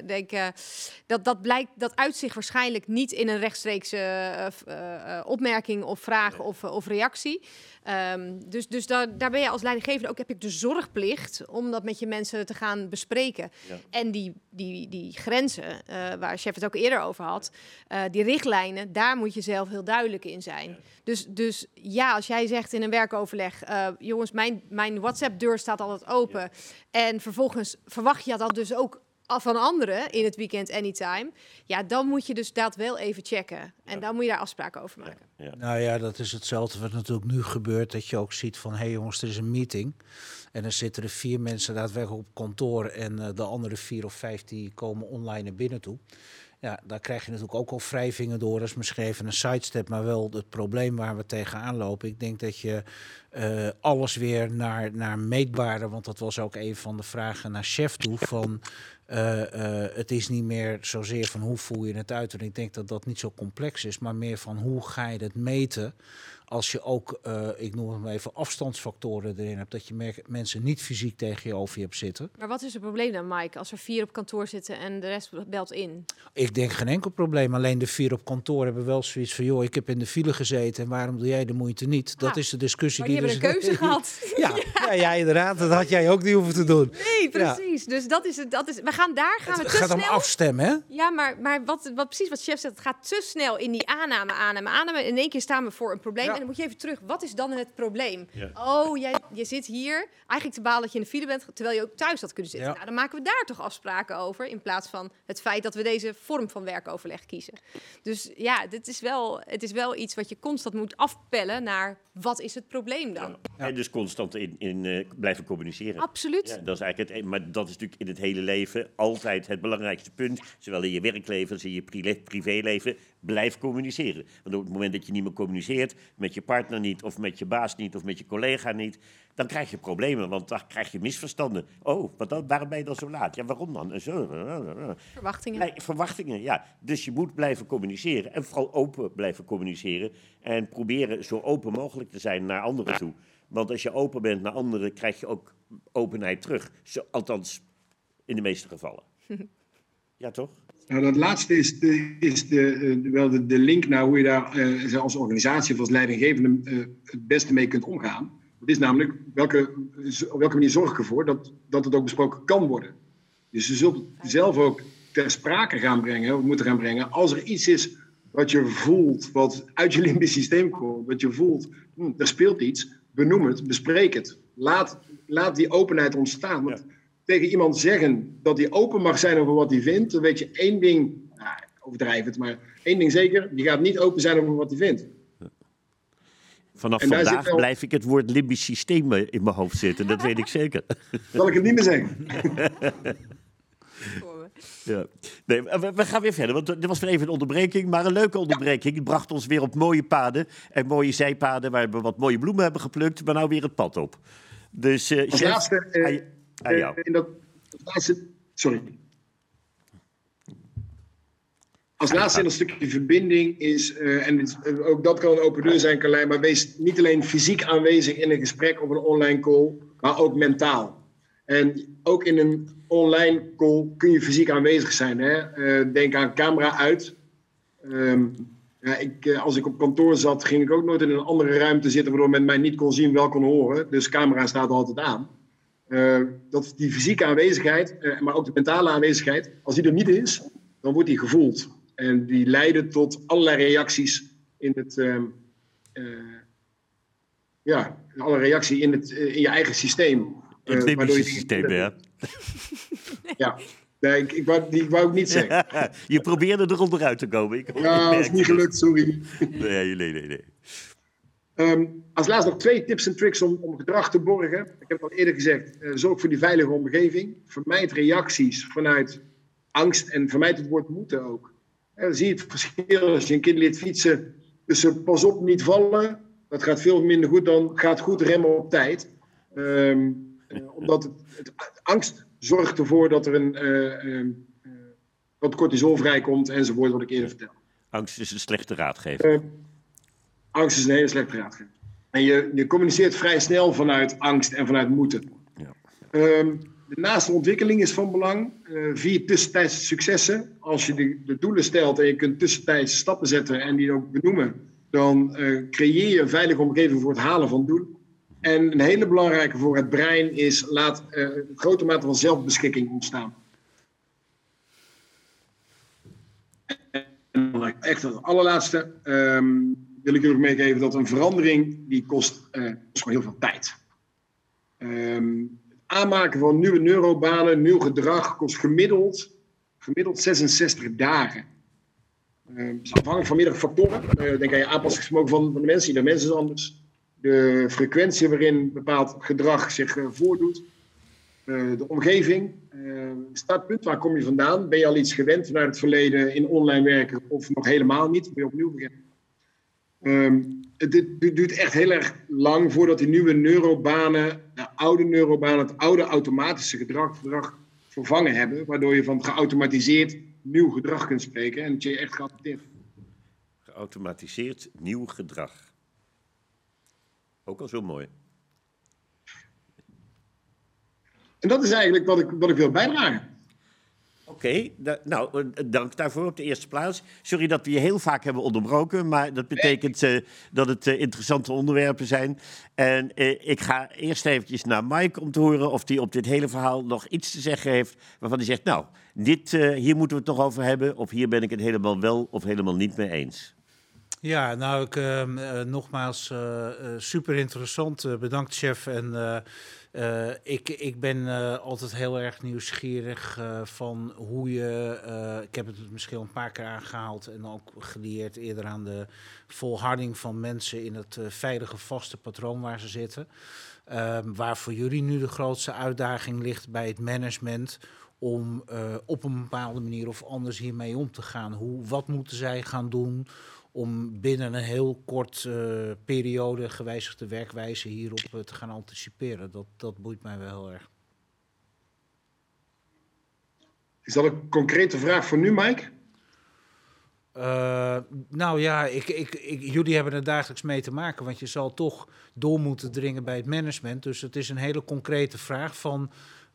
S2: Dat uit zich waarschijnlijk niet in een rechtstreekse opmerking of vraag of reactie. Dus daar ben je als leidinggevende ook, heb ik de zorgplicht om dat met je mensen te gaan bespreken. Ja. En die grenzen, waar chef het ook eerder over had, die richtlijnen, daar moet je zelf heel duidelijk in zijn. Ja. Dus als jij zegt in een werkoverleg, jongens, mijn WhatsApp-deur staat altijd open. Ja. En vervolgens verwacht je dat dus ook van anderen in het weekend anytime. Ja, dan moet je dus dat wel even checken. En dan moet je daar afspraken over maken.
S3: Ja. Nou ja, dat is hetzelfde wat natuurlijk nu gebeurt. Dat je ook ziet van, hé jongens, er is een meeting. En dan zitten er 4 mensen daadwerkelijk op kantoor. En de andere 4 of 5 die komen online naar binnen toe. Ja, daar krijg je natuurlijk ook al wrijvingen door. Dat is misschien even een sidestep, maar wel het probleem waar we tegenaan lopen. Ik denk dat je alles weer naar meetbare, want dat was ook een van de vragen naar chef toe, van het is niet meer zozeer van hoe voel je het uit, en ik denk dat dat niet zo complex is, maar meer van hoe ga je het meten als je ook, ik noem het maar even, afstandsfactoren erin hebt, dat je mensen niet fysiek tegen je over hebt zitten.
S2: Maar wat is het probleem dan, Mike, als er 4 op kantoor zitten en de rest belt in?
S3: Ik denk geen enkel probleem. Alleen de 4 op kantoor hebben wel zoiets van, joh, ik heb in de file gezeten en waarom doe jij de moeite niet? Dat is de discussie
S2: maar die hebben een keuze gehad.
S3: Ja, inderdaad. Dat had jij ook niet hoeven te doen.
S2: Nee, precies. Ja. Dus dat is het. We gaan we te
S3: gaat
S2: snel.
S3: Om afstemmen, hè?
S2: Ja, maar precies wat chef zegt, het gaat te snel in die aanname. In één keer staan we voor een probleem. Ja. En dan moet je even terug. Wat is dan het probleem? Ja. Oh, je zit hier eigenlijk te balen dat je in de file bent, terwijl je ook thuis had kunnen zitten. Ja. Nou, dan maken we daar toch afspraken over, in plaats van het feit dat we deze vorm van werkoverleg kiezen. Dus ja, het is wel iets wat je constant moet afpellen naar wat is het probleem dan?
S1: Ja. En dus constant in blijven communiceren.
S2: Absoluut.
S1: Ja, dat is eigenlijk maar dat is natuurlijk in het hele leven altijd het belangrijkste punt. Zowel in je werkleven als in je privéleven. Blijf communiceren. Want op het moment dat je niet meer communiceert, met je partner niet, of met je baas niet, of met je collega niet, dan krijg je problemen, want dan krijg je misverstanden. Oh, waarom ben je dan zo laat? Ja, waarom dan?
S2: Verwachtingen.
S1: Verwachtingen, ja. Dus je moet blijven communiceren en vooral open blijven communiceren en proberen zo open mogelijk te zijn naar anderen toe. Want als je open bent naar anderen, krijg je ook openheid terug. Althans, in de meeste gevallen. Ja, toch?
S4: Nou, dat laatste is wel de link naar hoe je daar als organisatie of als leidinggevende het beste mee kunt omgaan. Dat is namelijk, op welke manier zorg ik ervoor dat het ook besproken kan worden. Dus je zult het zelf ook ter sprake gaan brengen, of moeten gaan brengen, als er iets is wat je voelt, wat uit je limbisch systeem komt, wat je voelt, er speelt iets, benoem het, bespreek het. Laat die openheid ontstaan. Want tegen iemand zeggen dat hij open mag zijn over wat hij vindt, dan weet je één ding, overdrijf het, maar één ding zeker, die gaat niet open zijn over wat hij vindt.
S1: Vanaf vandaag blijf ik het woord limbisch systeem in mijn hoofd zitten, dat weet ik zeker.
S4: Zal ik het niet meer zeggen?
S1: Ja. Nee, we gaan weer verder, want dit was weer even een onderbreking, maar een leuke onderbreking. Het bracht ons weer op mooie paden en mooie zijpaden waar we wat mooie bloemen hebben geplukt, maar nou weer het pad op. Dus
S4: als laatste,
S1: aan jou.
S4: Sorry. Als laatste in dat stukje verbinding is, ook dat kan een open deur zijn, Carlijn, maar wees niet alleen fysiek aanwezig in een gesprek of een online call, maar ook mentaal. En ook in een online call kun je fysiek aanwezig zijn. Hè? Denk aan camera uit. Als ik op kantoor zat, ging ik ook nooit in een andere ruimte zitten, waardoor men mij niet kon zien, wel kon horen. Dus camera staat altijd aan. Dat die fysieke aanwezigheid, maar ook de mentale aanwezigheid, als die er niet is, dan wordt die gevoeld. En die leiden tot allerlei reacties in alle reacties in je eigen systeem.
S1: In het limbische systeem, ja.
S4: Ja, nee, ik wou ik niet zeggen.
S1: Je probeerde er onderuit te komen.
S4: Dat is niet gelukt, sorry.
S1: Nee.
S4: Als laatste nog 2 tips en tricks om gedrag te borgen. Ik heb het al eerder gezegd, zorg voor die veilige omgeving. Vermijd reacties vanuit angst en vermijd het woord moeten ook. Dan zie je het verschil als je een kind leert fietsen. Dus pas op, niet vallen. Dat gaat veel minder goed dan gaat goed remmen op tijd. Omdat angst zorgt ervoor dat er dat cortisol vrijkomt enzovoort, wat ik eerder vertelde.
S1: Angst is een slechte raadgever.
S4: Angst is een hele slechte raadgever. En je communiceert vrij snel vanuit angst en vanuit moeten. Ja. De naaste ontwikkeling is van belang. 4 tussentijdse successen. Als je de doelen stelt en je kunt tussentijds stappen zetten en die ook benoemen, dan creëer je een veilige omgeving voor het halen van doelen. En een hele belangrijke voor het brein is, laat een grote mate van zelfbeschikking ontstaan. En echt het allerlaatste wil ik jullie meegeven dat een verandering die kost gewoon heel veel tijd. Het aanmaken van nieuwe neurobanen, nieuw gedrag kost gemiddeld 66 dagen. Dus afhankelijk van meerdere factoren. Denk aan je aanpassingsvermogen van de mensen. Ieder mens is anders. De frequentie waarin bepaald gedrag zich voordoet. De omgeving. Startpunt, waar kom je vandaan? Ben je al iets gewend vanuit het verleden in online werken of nog helemaal niet? Wil je opnieuw beginnen? Het duurt echt heel erg lang voordat die nieuwe neurobanen, de oude neurobanen, het oude automatische gedrag vervangen hebben, waardoor je van geautomatiseerd nieuw gedrag kunt spreken en dat je echt geadapteerd.
S1: Geautomatiseerd nieuw gedrag. Ook al zo mooi.
S4: En dat is eigenlijk wat ik wil bijdragen.
S1: Oké, dank daarvoor op de eerste plaats. Sorry dat we je heel vaak hebben onderbroken, maar dat betekent dat het interessante onderwerpen zijn. En ik ga eerst eventjes naar Mike om te horen of hij op dit hele verhaal nog iets te zeggen heeft waarvan hij zegt, nou, hier moeten we het nog over hebben, of hier ben ik het helemaal wel of helemaal niet mee eens.
S3: Ja, nou, nogmaals, super interessant. Bedankt, chef. En ik ben altijd heel erg nieuwsgierig van hoe je... ik heb het misschien al een paar keer aangehaald en ook geleerd eerder aan de volharding van mensen in het veilige, vaste patroon waar ze zitten. Waar voor jullie nu de grootste uitdaging ligt bij het management om op een bepaalde manier of anders hiermee om te gaan. Wat moeten zij gaan doen om binnen een heel kort periode gewijzigde werkwijze hierop te gaan anticiperen? Dat boeit mij wel heel erg.
S4: Is dat een concrete vraag voor nu, Mike?
S3: Nou ja, jullie hebben er dagelijks mee te maken, want je zal toch door moeten dringen bij het management. Dus het is een hele concrete vraag van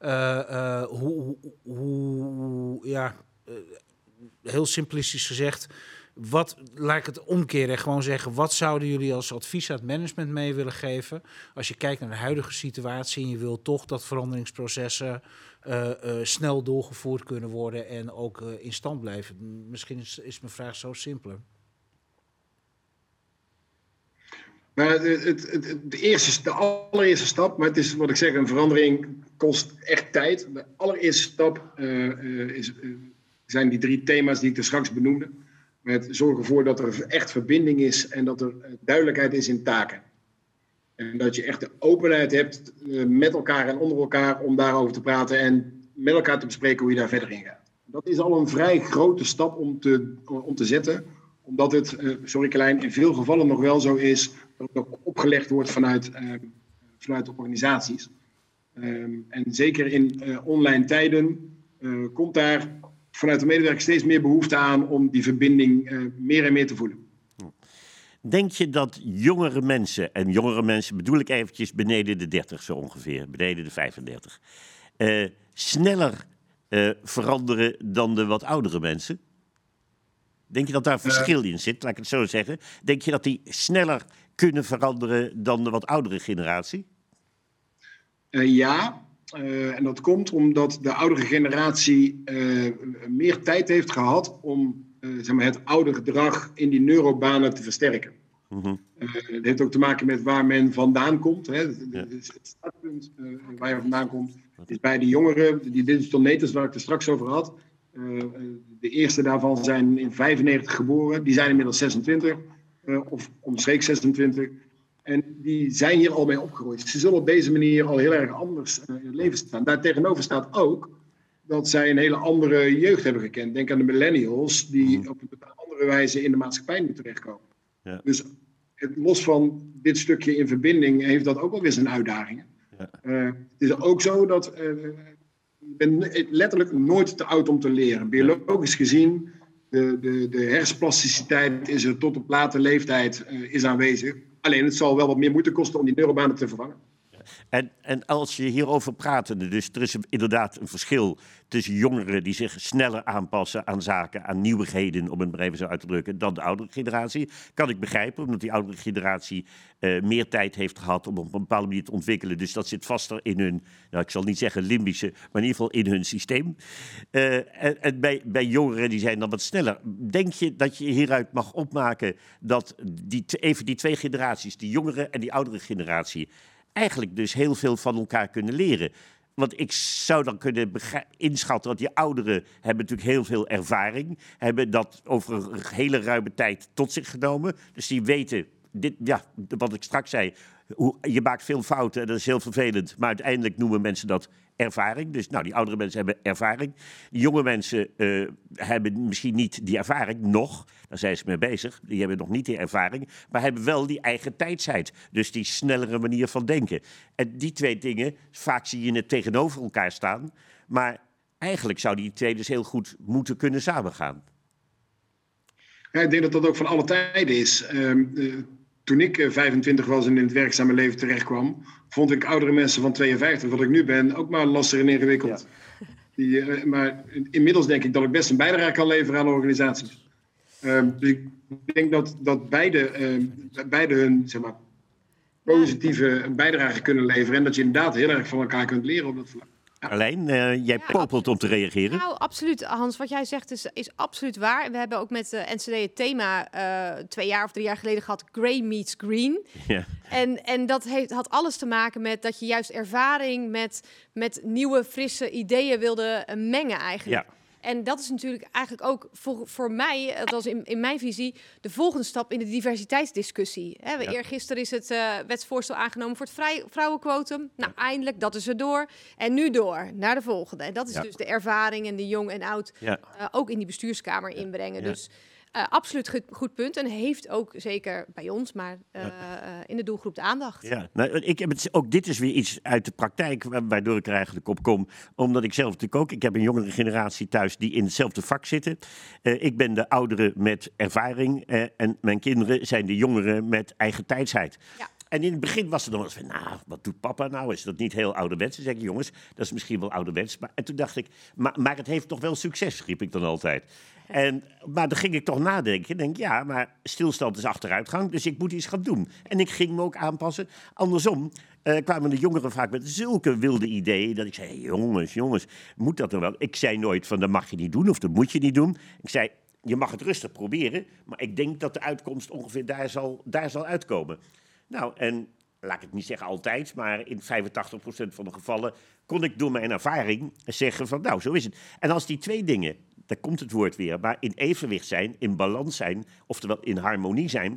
S3: heel simplistisch gezegd, laat ik het omkeren en gewoon zeggen, wat zouden jullie als advies aan het management mee willen geven als je kijkt naar de huidige situatie en je wil toch dat veranderingsprocessen snel doorgevoerd kunnen worden en ook in stand blijven? Misschien is mijn vraag zo simpeler.
S4: Maar de allereerste stap, maar het is wat ik zeg, een verandering kost echt tijd. De allereerste stap zijn die 3 thema's die ik er straks benoemde. Met zorg ervoor dat er echt verbinding is en dat er duidelijkheid is in taken. En dat je echt de openheid hebt met elkaar en onder elkaar om daarover te praten en met elkaar te bespreken hoe je daar verder in gaat. Dat is al een vrij grote stap om te zetten. Omdat het, sorry Carlijn, in veel gevallen nog wel zo is dat het ook opgelegd wordt vanuit de organisaties. En zeker in online tijden komt daar vanuit de medewerker steeds meer behoefte aan om die verbinding meer en meer te voelen.
S1: Denk je dat jongere mensen, en jongere mensen bedoel ik eventjes beneden de 30 zo ongeveer, beneden de 35, sneller veranderen dan de wat oudere mensen? Denk je dat daar verschil in zit, laat ik het zo zeggen? Denk je dat die sneller kunnen veranderen dan de wat oudere generatie?
S4: Ja, en dat komt omdat de oudere generatie meer tijd heeft gehad om het oude gedrag in die neurobanen te versterken. Mm-hmm. Het heeft ook te maken met waar men vandaan komt. Hè. Het startpunt waar je vandaan komt is bij de jongeren, die digital natives waar ik het straks over had. De eerste daarvan zijn in 1995 geboren. Die zijn inmiddels 26 of omstreeks 26. En die zijn hier al mee opgegroeid. Ze zullen op deze manier al heel erg anders in het leven staan. Daartegenover staat ook dat zij een hele andere jeugd hebben gekend. Denk aan de millennials die op een andere wijze in de maatschappij nu terechtkomen. Ja. Dus los van dit stukje in verbinding heeft dat ook wel weer zijn uitdagingen. Ja. Het is ook zo dat je bent letterlijk nooit te oud om te leren. Biologisch gezien, de hersenplasticiteit is er tot op late leeftijd is aanwezig. Alleen het zal wel wat meer moeite kosten om die neurobanen te vervangen.
S1: En als je hierover praat, dus er is inderdaad een verschil tussen jongeren die zich sneller aanpassen aan zaken, aan nieuwigheden, om het maar even zo uit te drukken, dan de oudere generatie. Kan ik begrijpen, omdat die oudere generatie meer tijd heeft gehad om op een bepaalde manier te ontwikkelen. Dus dat zit vaster in hun, nou, ik zal niet zeggen limbische, maar in ieder geval in hun systeem. En bij jongeren die zijn dan wat sneller. Denk je dat je hieruit mag opmaken dat die 2 generaties, die jongere en die oudere generatie, eigenlijk dus heel veel van elkaar kunnen leren? Want ik zou dan kunnen inschatten dat die ouderen hebben natuurlijk heel veel ervaring, hebben dat over een hele ruime tijd tot zich genomen. Dus die weten, wat ik straks zei, Je maakt veel fouten en dat is heel vervelend. Maar uiteindelijk noemen mensen dat ervaring. Dus die oudere mensen hebben ervaring. Die jonge mensen hebben misschien niet die ervaring nog. Daar zijn ze mee bezig. Die hebben nog niet die ervaring. Maar hebben wel die eigen tijdsheid. Dus die snellere manier van denken. En die twee dingen, vaak zie je het tegenover elkaar staan. Maar eigenlijk zouden die twee dus heel goed moeten kunnen samengaan.
S4: Ja, ik denk dat dat ook van alle tijden is. Toen ik 25 was en in het werkzame leven terechtkwam, vond ik oudere mensen van 52, wat ik nu ben, ook maar lastig en ingewikkeld. Ja. Maar inmiddels denk ik dat ik best een bijdrage kan leveren aan organisaties. Dus ik denk dat beide hun positieve bijdrage kunnen leveren en dat je inderdaad heel erg van elkaar kunt leren op dat vlak.
S1: Ja. Alleen, jij popelt om te reageren.
S2: Nou, absoluut, Hans. Wat jij zegt is absoluut waar. We hebben ook met de NCD het thema 2 jaar of 3 jaar geleden gehad, Grey meets Green. Ja. En dat had alles te maken met dat je juist ervaring met nieuwe, frisse ideeën wilde mengen eigenlijk. Ja. En dat is natuurlijk eigenlijk ook voor mij, dat was in mijn visie, de volgende stap in de diversiteitsdiscussie. Eergisteren is het wetsvoorstel aangenomen voor het vrouwenquotum. Nou, eindelijk, dat is er door. En nu door, naar de volgende. En dat is dus de ervaring en de jong en oud ook in die bestuurskamer inbrengen. Ja. Dus absoluut goed punt. En heeft ook zeker bij ons, maar in de doelgroep de aandacht. Ja,
S1: ook dit is weer iets uit de praktijk waardoor ik er eigenlijk op kom. Omdat ik zelf natuurlijk ook, ik heb een jongere generatie thuis die in hetzelfde vak zitten. Ik ben de oudere met ervaring en mijn kinderen zijn de jongeren met eigen tijdsheid. Ja. En in het begin was er nog eens van, wat doet papa nou? Is dat niet heel ouderwets? Dan zeg ik, jongens, dat is misschien wel ouderwets. En toen dacht ik, maar het heeft toch wel succes, riep ik dan altijd. Maar dan ging ik toch nadenken. Denk, maar stilstand is achteruitgang, dus ik moet iets gaan doen. En ik ging me ook aanpassen. Andersom kwamen de jongeren vaak met zulke wilde ideeën dat ik zei, jongens, moet dat dan wel? Ik zei nooit van, dat mag je niet doen of dat moet je niet doen. Ik zei, je mag het rustig proberen, maar ik denk dat de uitkomst ongeveer daar zal uitkomen. Nou, en laat ik het niet zeggen altijd, maar in 85% van de gevallen kon ik door mijn ervaring zeggen van, zo is het. En als die twee dingen, daar komt het woord weer, maar in evenwicht zijn, in balans zijn, oftewel in harmonie zijn,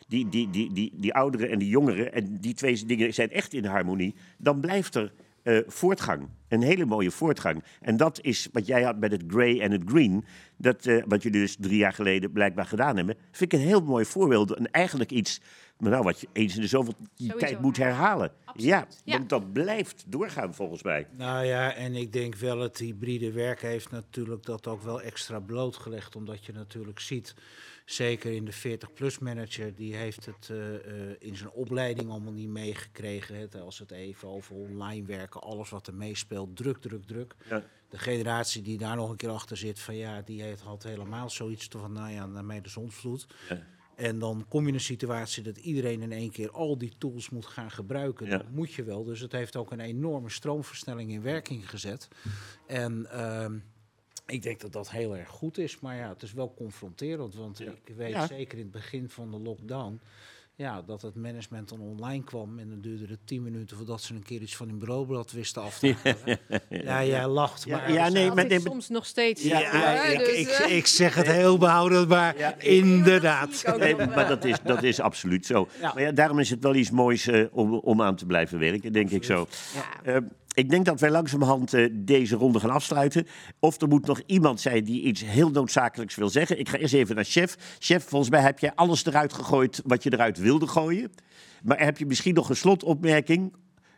S1: die ouderen en die jongeren, en die twee dingen zijn echt in harmonie, dan blijft er voortgang. Een hele mooie voortgang. En dat is wat jij had met het grey en het green. Wat jullie dus 3 jaar geleden blijkbaar gedaan hebben. Vind ik een heel mooi voorbeeld. En eigenlijk iets wat je eens in de zoveel tijd moet herhalen. Ja, want dat blijft doorgaan volgens mij.
S3: Nou ja, en ik denk wel het hybride werk heeft natuurlijk dat ook wel extra blootgelegd. Omdat je natuurlijk ziet, zeker in de 40-plus manager, die heeft het in zijn opleiding allemaal niet meegekregen. Als het even over online werken, alles wat er meespeelt, druk. Ja. De generatie die daar nog een keer achter zit, die had helemaal zoiets van, naar mij de zondvloed. Ja. En dan kom je in een situatie dat iedereen in één keer al die tools moet gaan gebruiken. Ja. Dat moet je wel. Dus het heeft ook een enorme stroomversnelling in werking gezet. En ik denk dat dat heel erg goed is. Maar het is wel confronterend. Want ik weet zeker in het begin van de lockdown, dat het management dan online kwam. En dan duurde het 10 minuten voordat ze een keer iets van hun bureaublad wisten af te halen. Jij lacht. Maar
S2: soms nog steeds.
S3: Ik zeg het heel behoudend, maar inderdaad.
S1: Maar dat is absoluut zo. Ja. Maar daarom is het wel iets moois om aan te blijven werken, denk ik zo. Ja. Ik denk dat wij langzamerhand deze ronde gaan afsluiten. Of er moet nog iemand zijn die iets heel noodzakelijks wil zeggen. Ik ga eerst even naar Chef. Chef, volgens mij heb jij alles eruit gegooid wat je eruit wilde gooien. Maar heb je misschien nog een slotopmerking?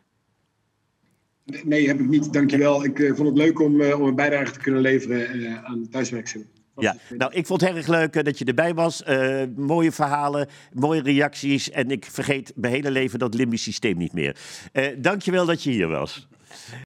S4: Nee, heb ik niet. Dankjewel. Ik vond het leuk om een bijdrage te kunnen leveren aan de thuiswerkzaam.
S1: Ja, ik vond het erg leuk dat je erbij was. Mooie verhalen, mooie reacties. En ik vergeet mijn hele leven dat limbisch systeem niet meer. Dankjewel dat je hier was.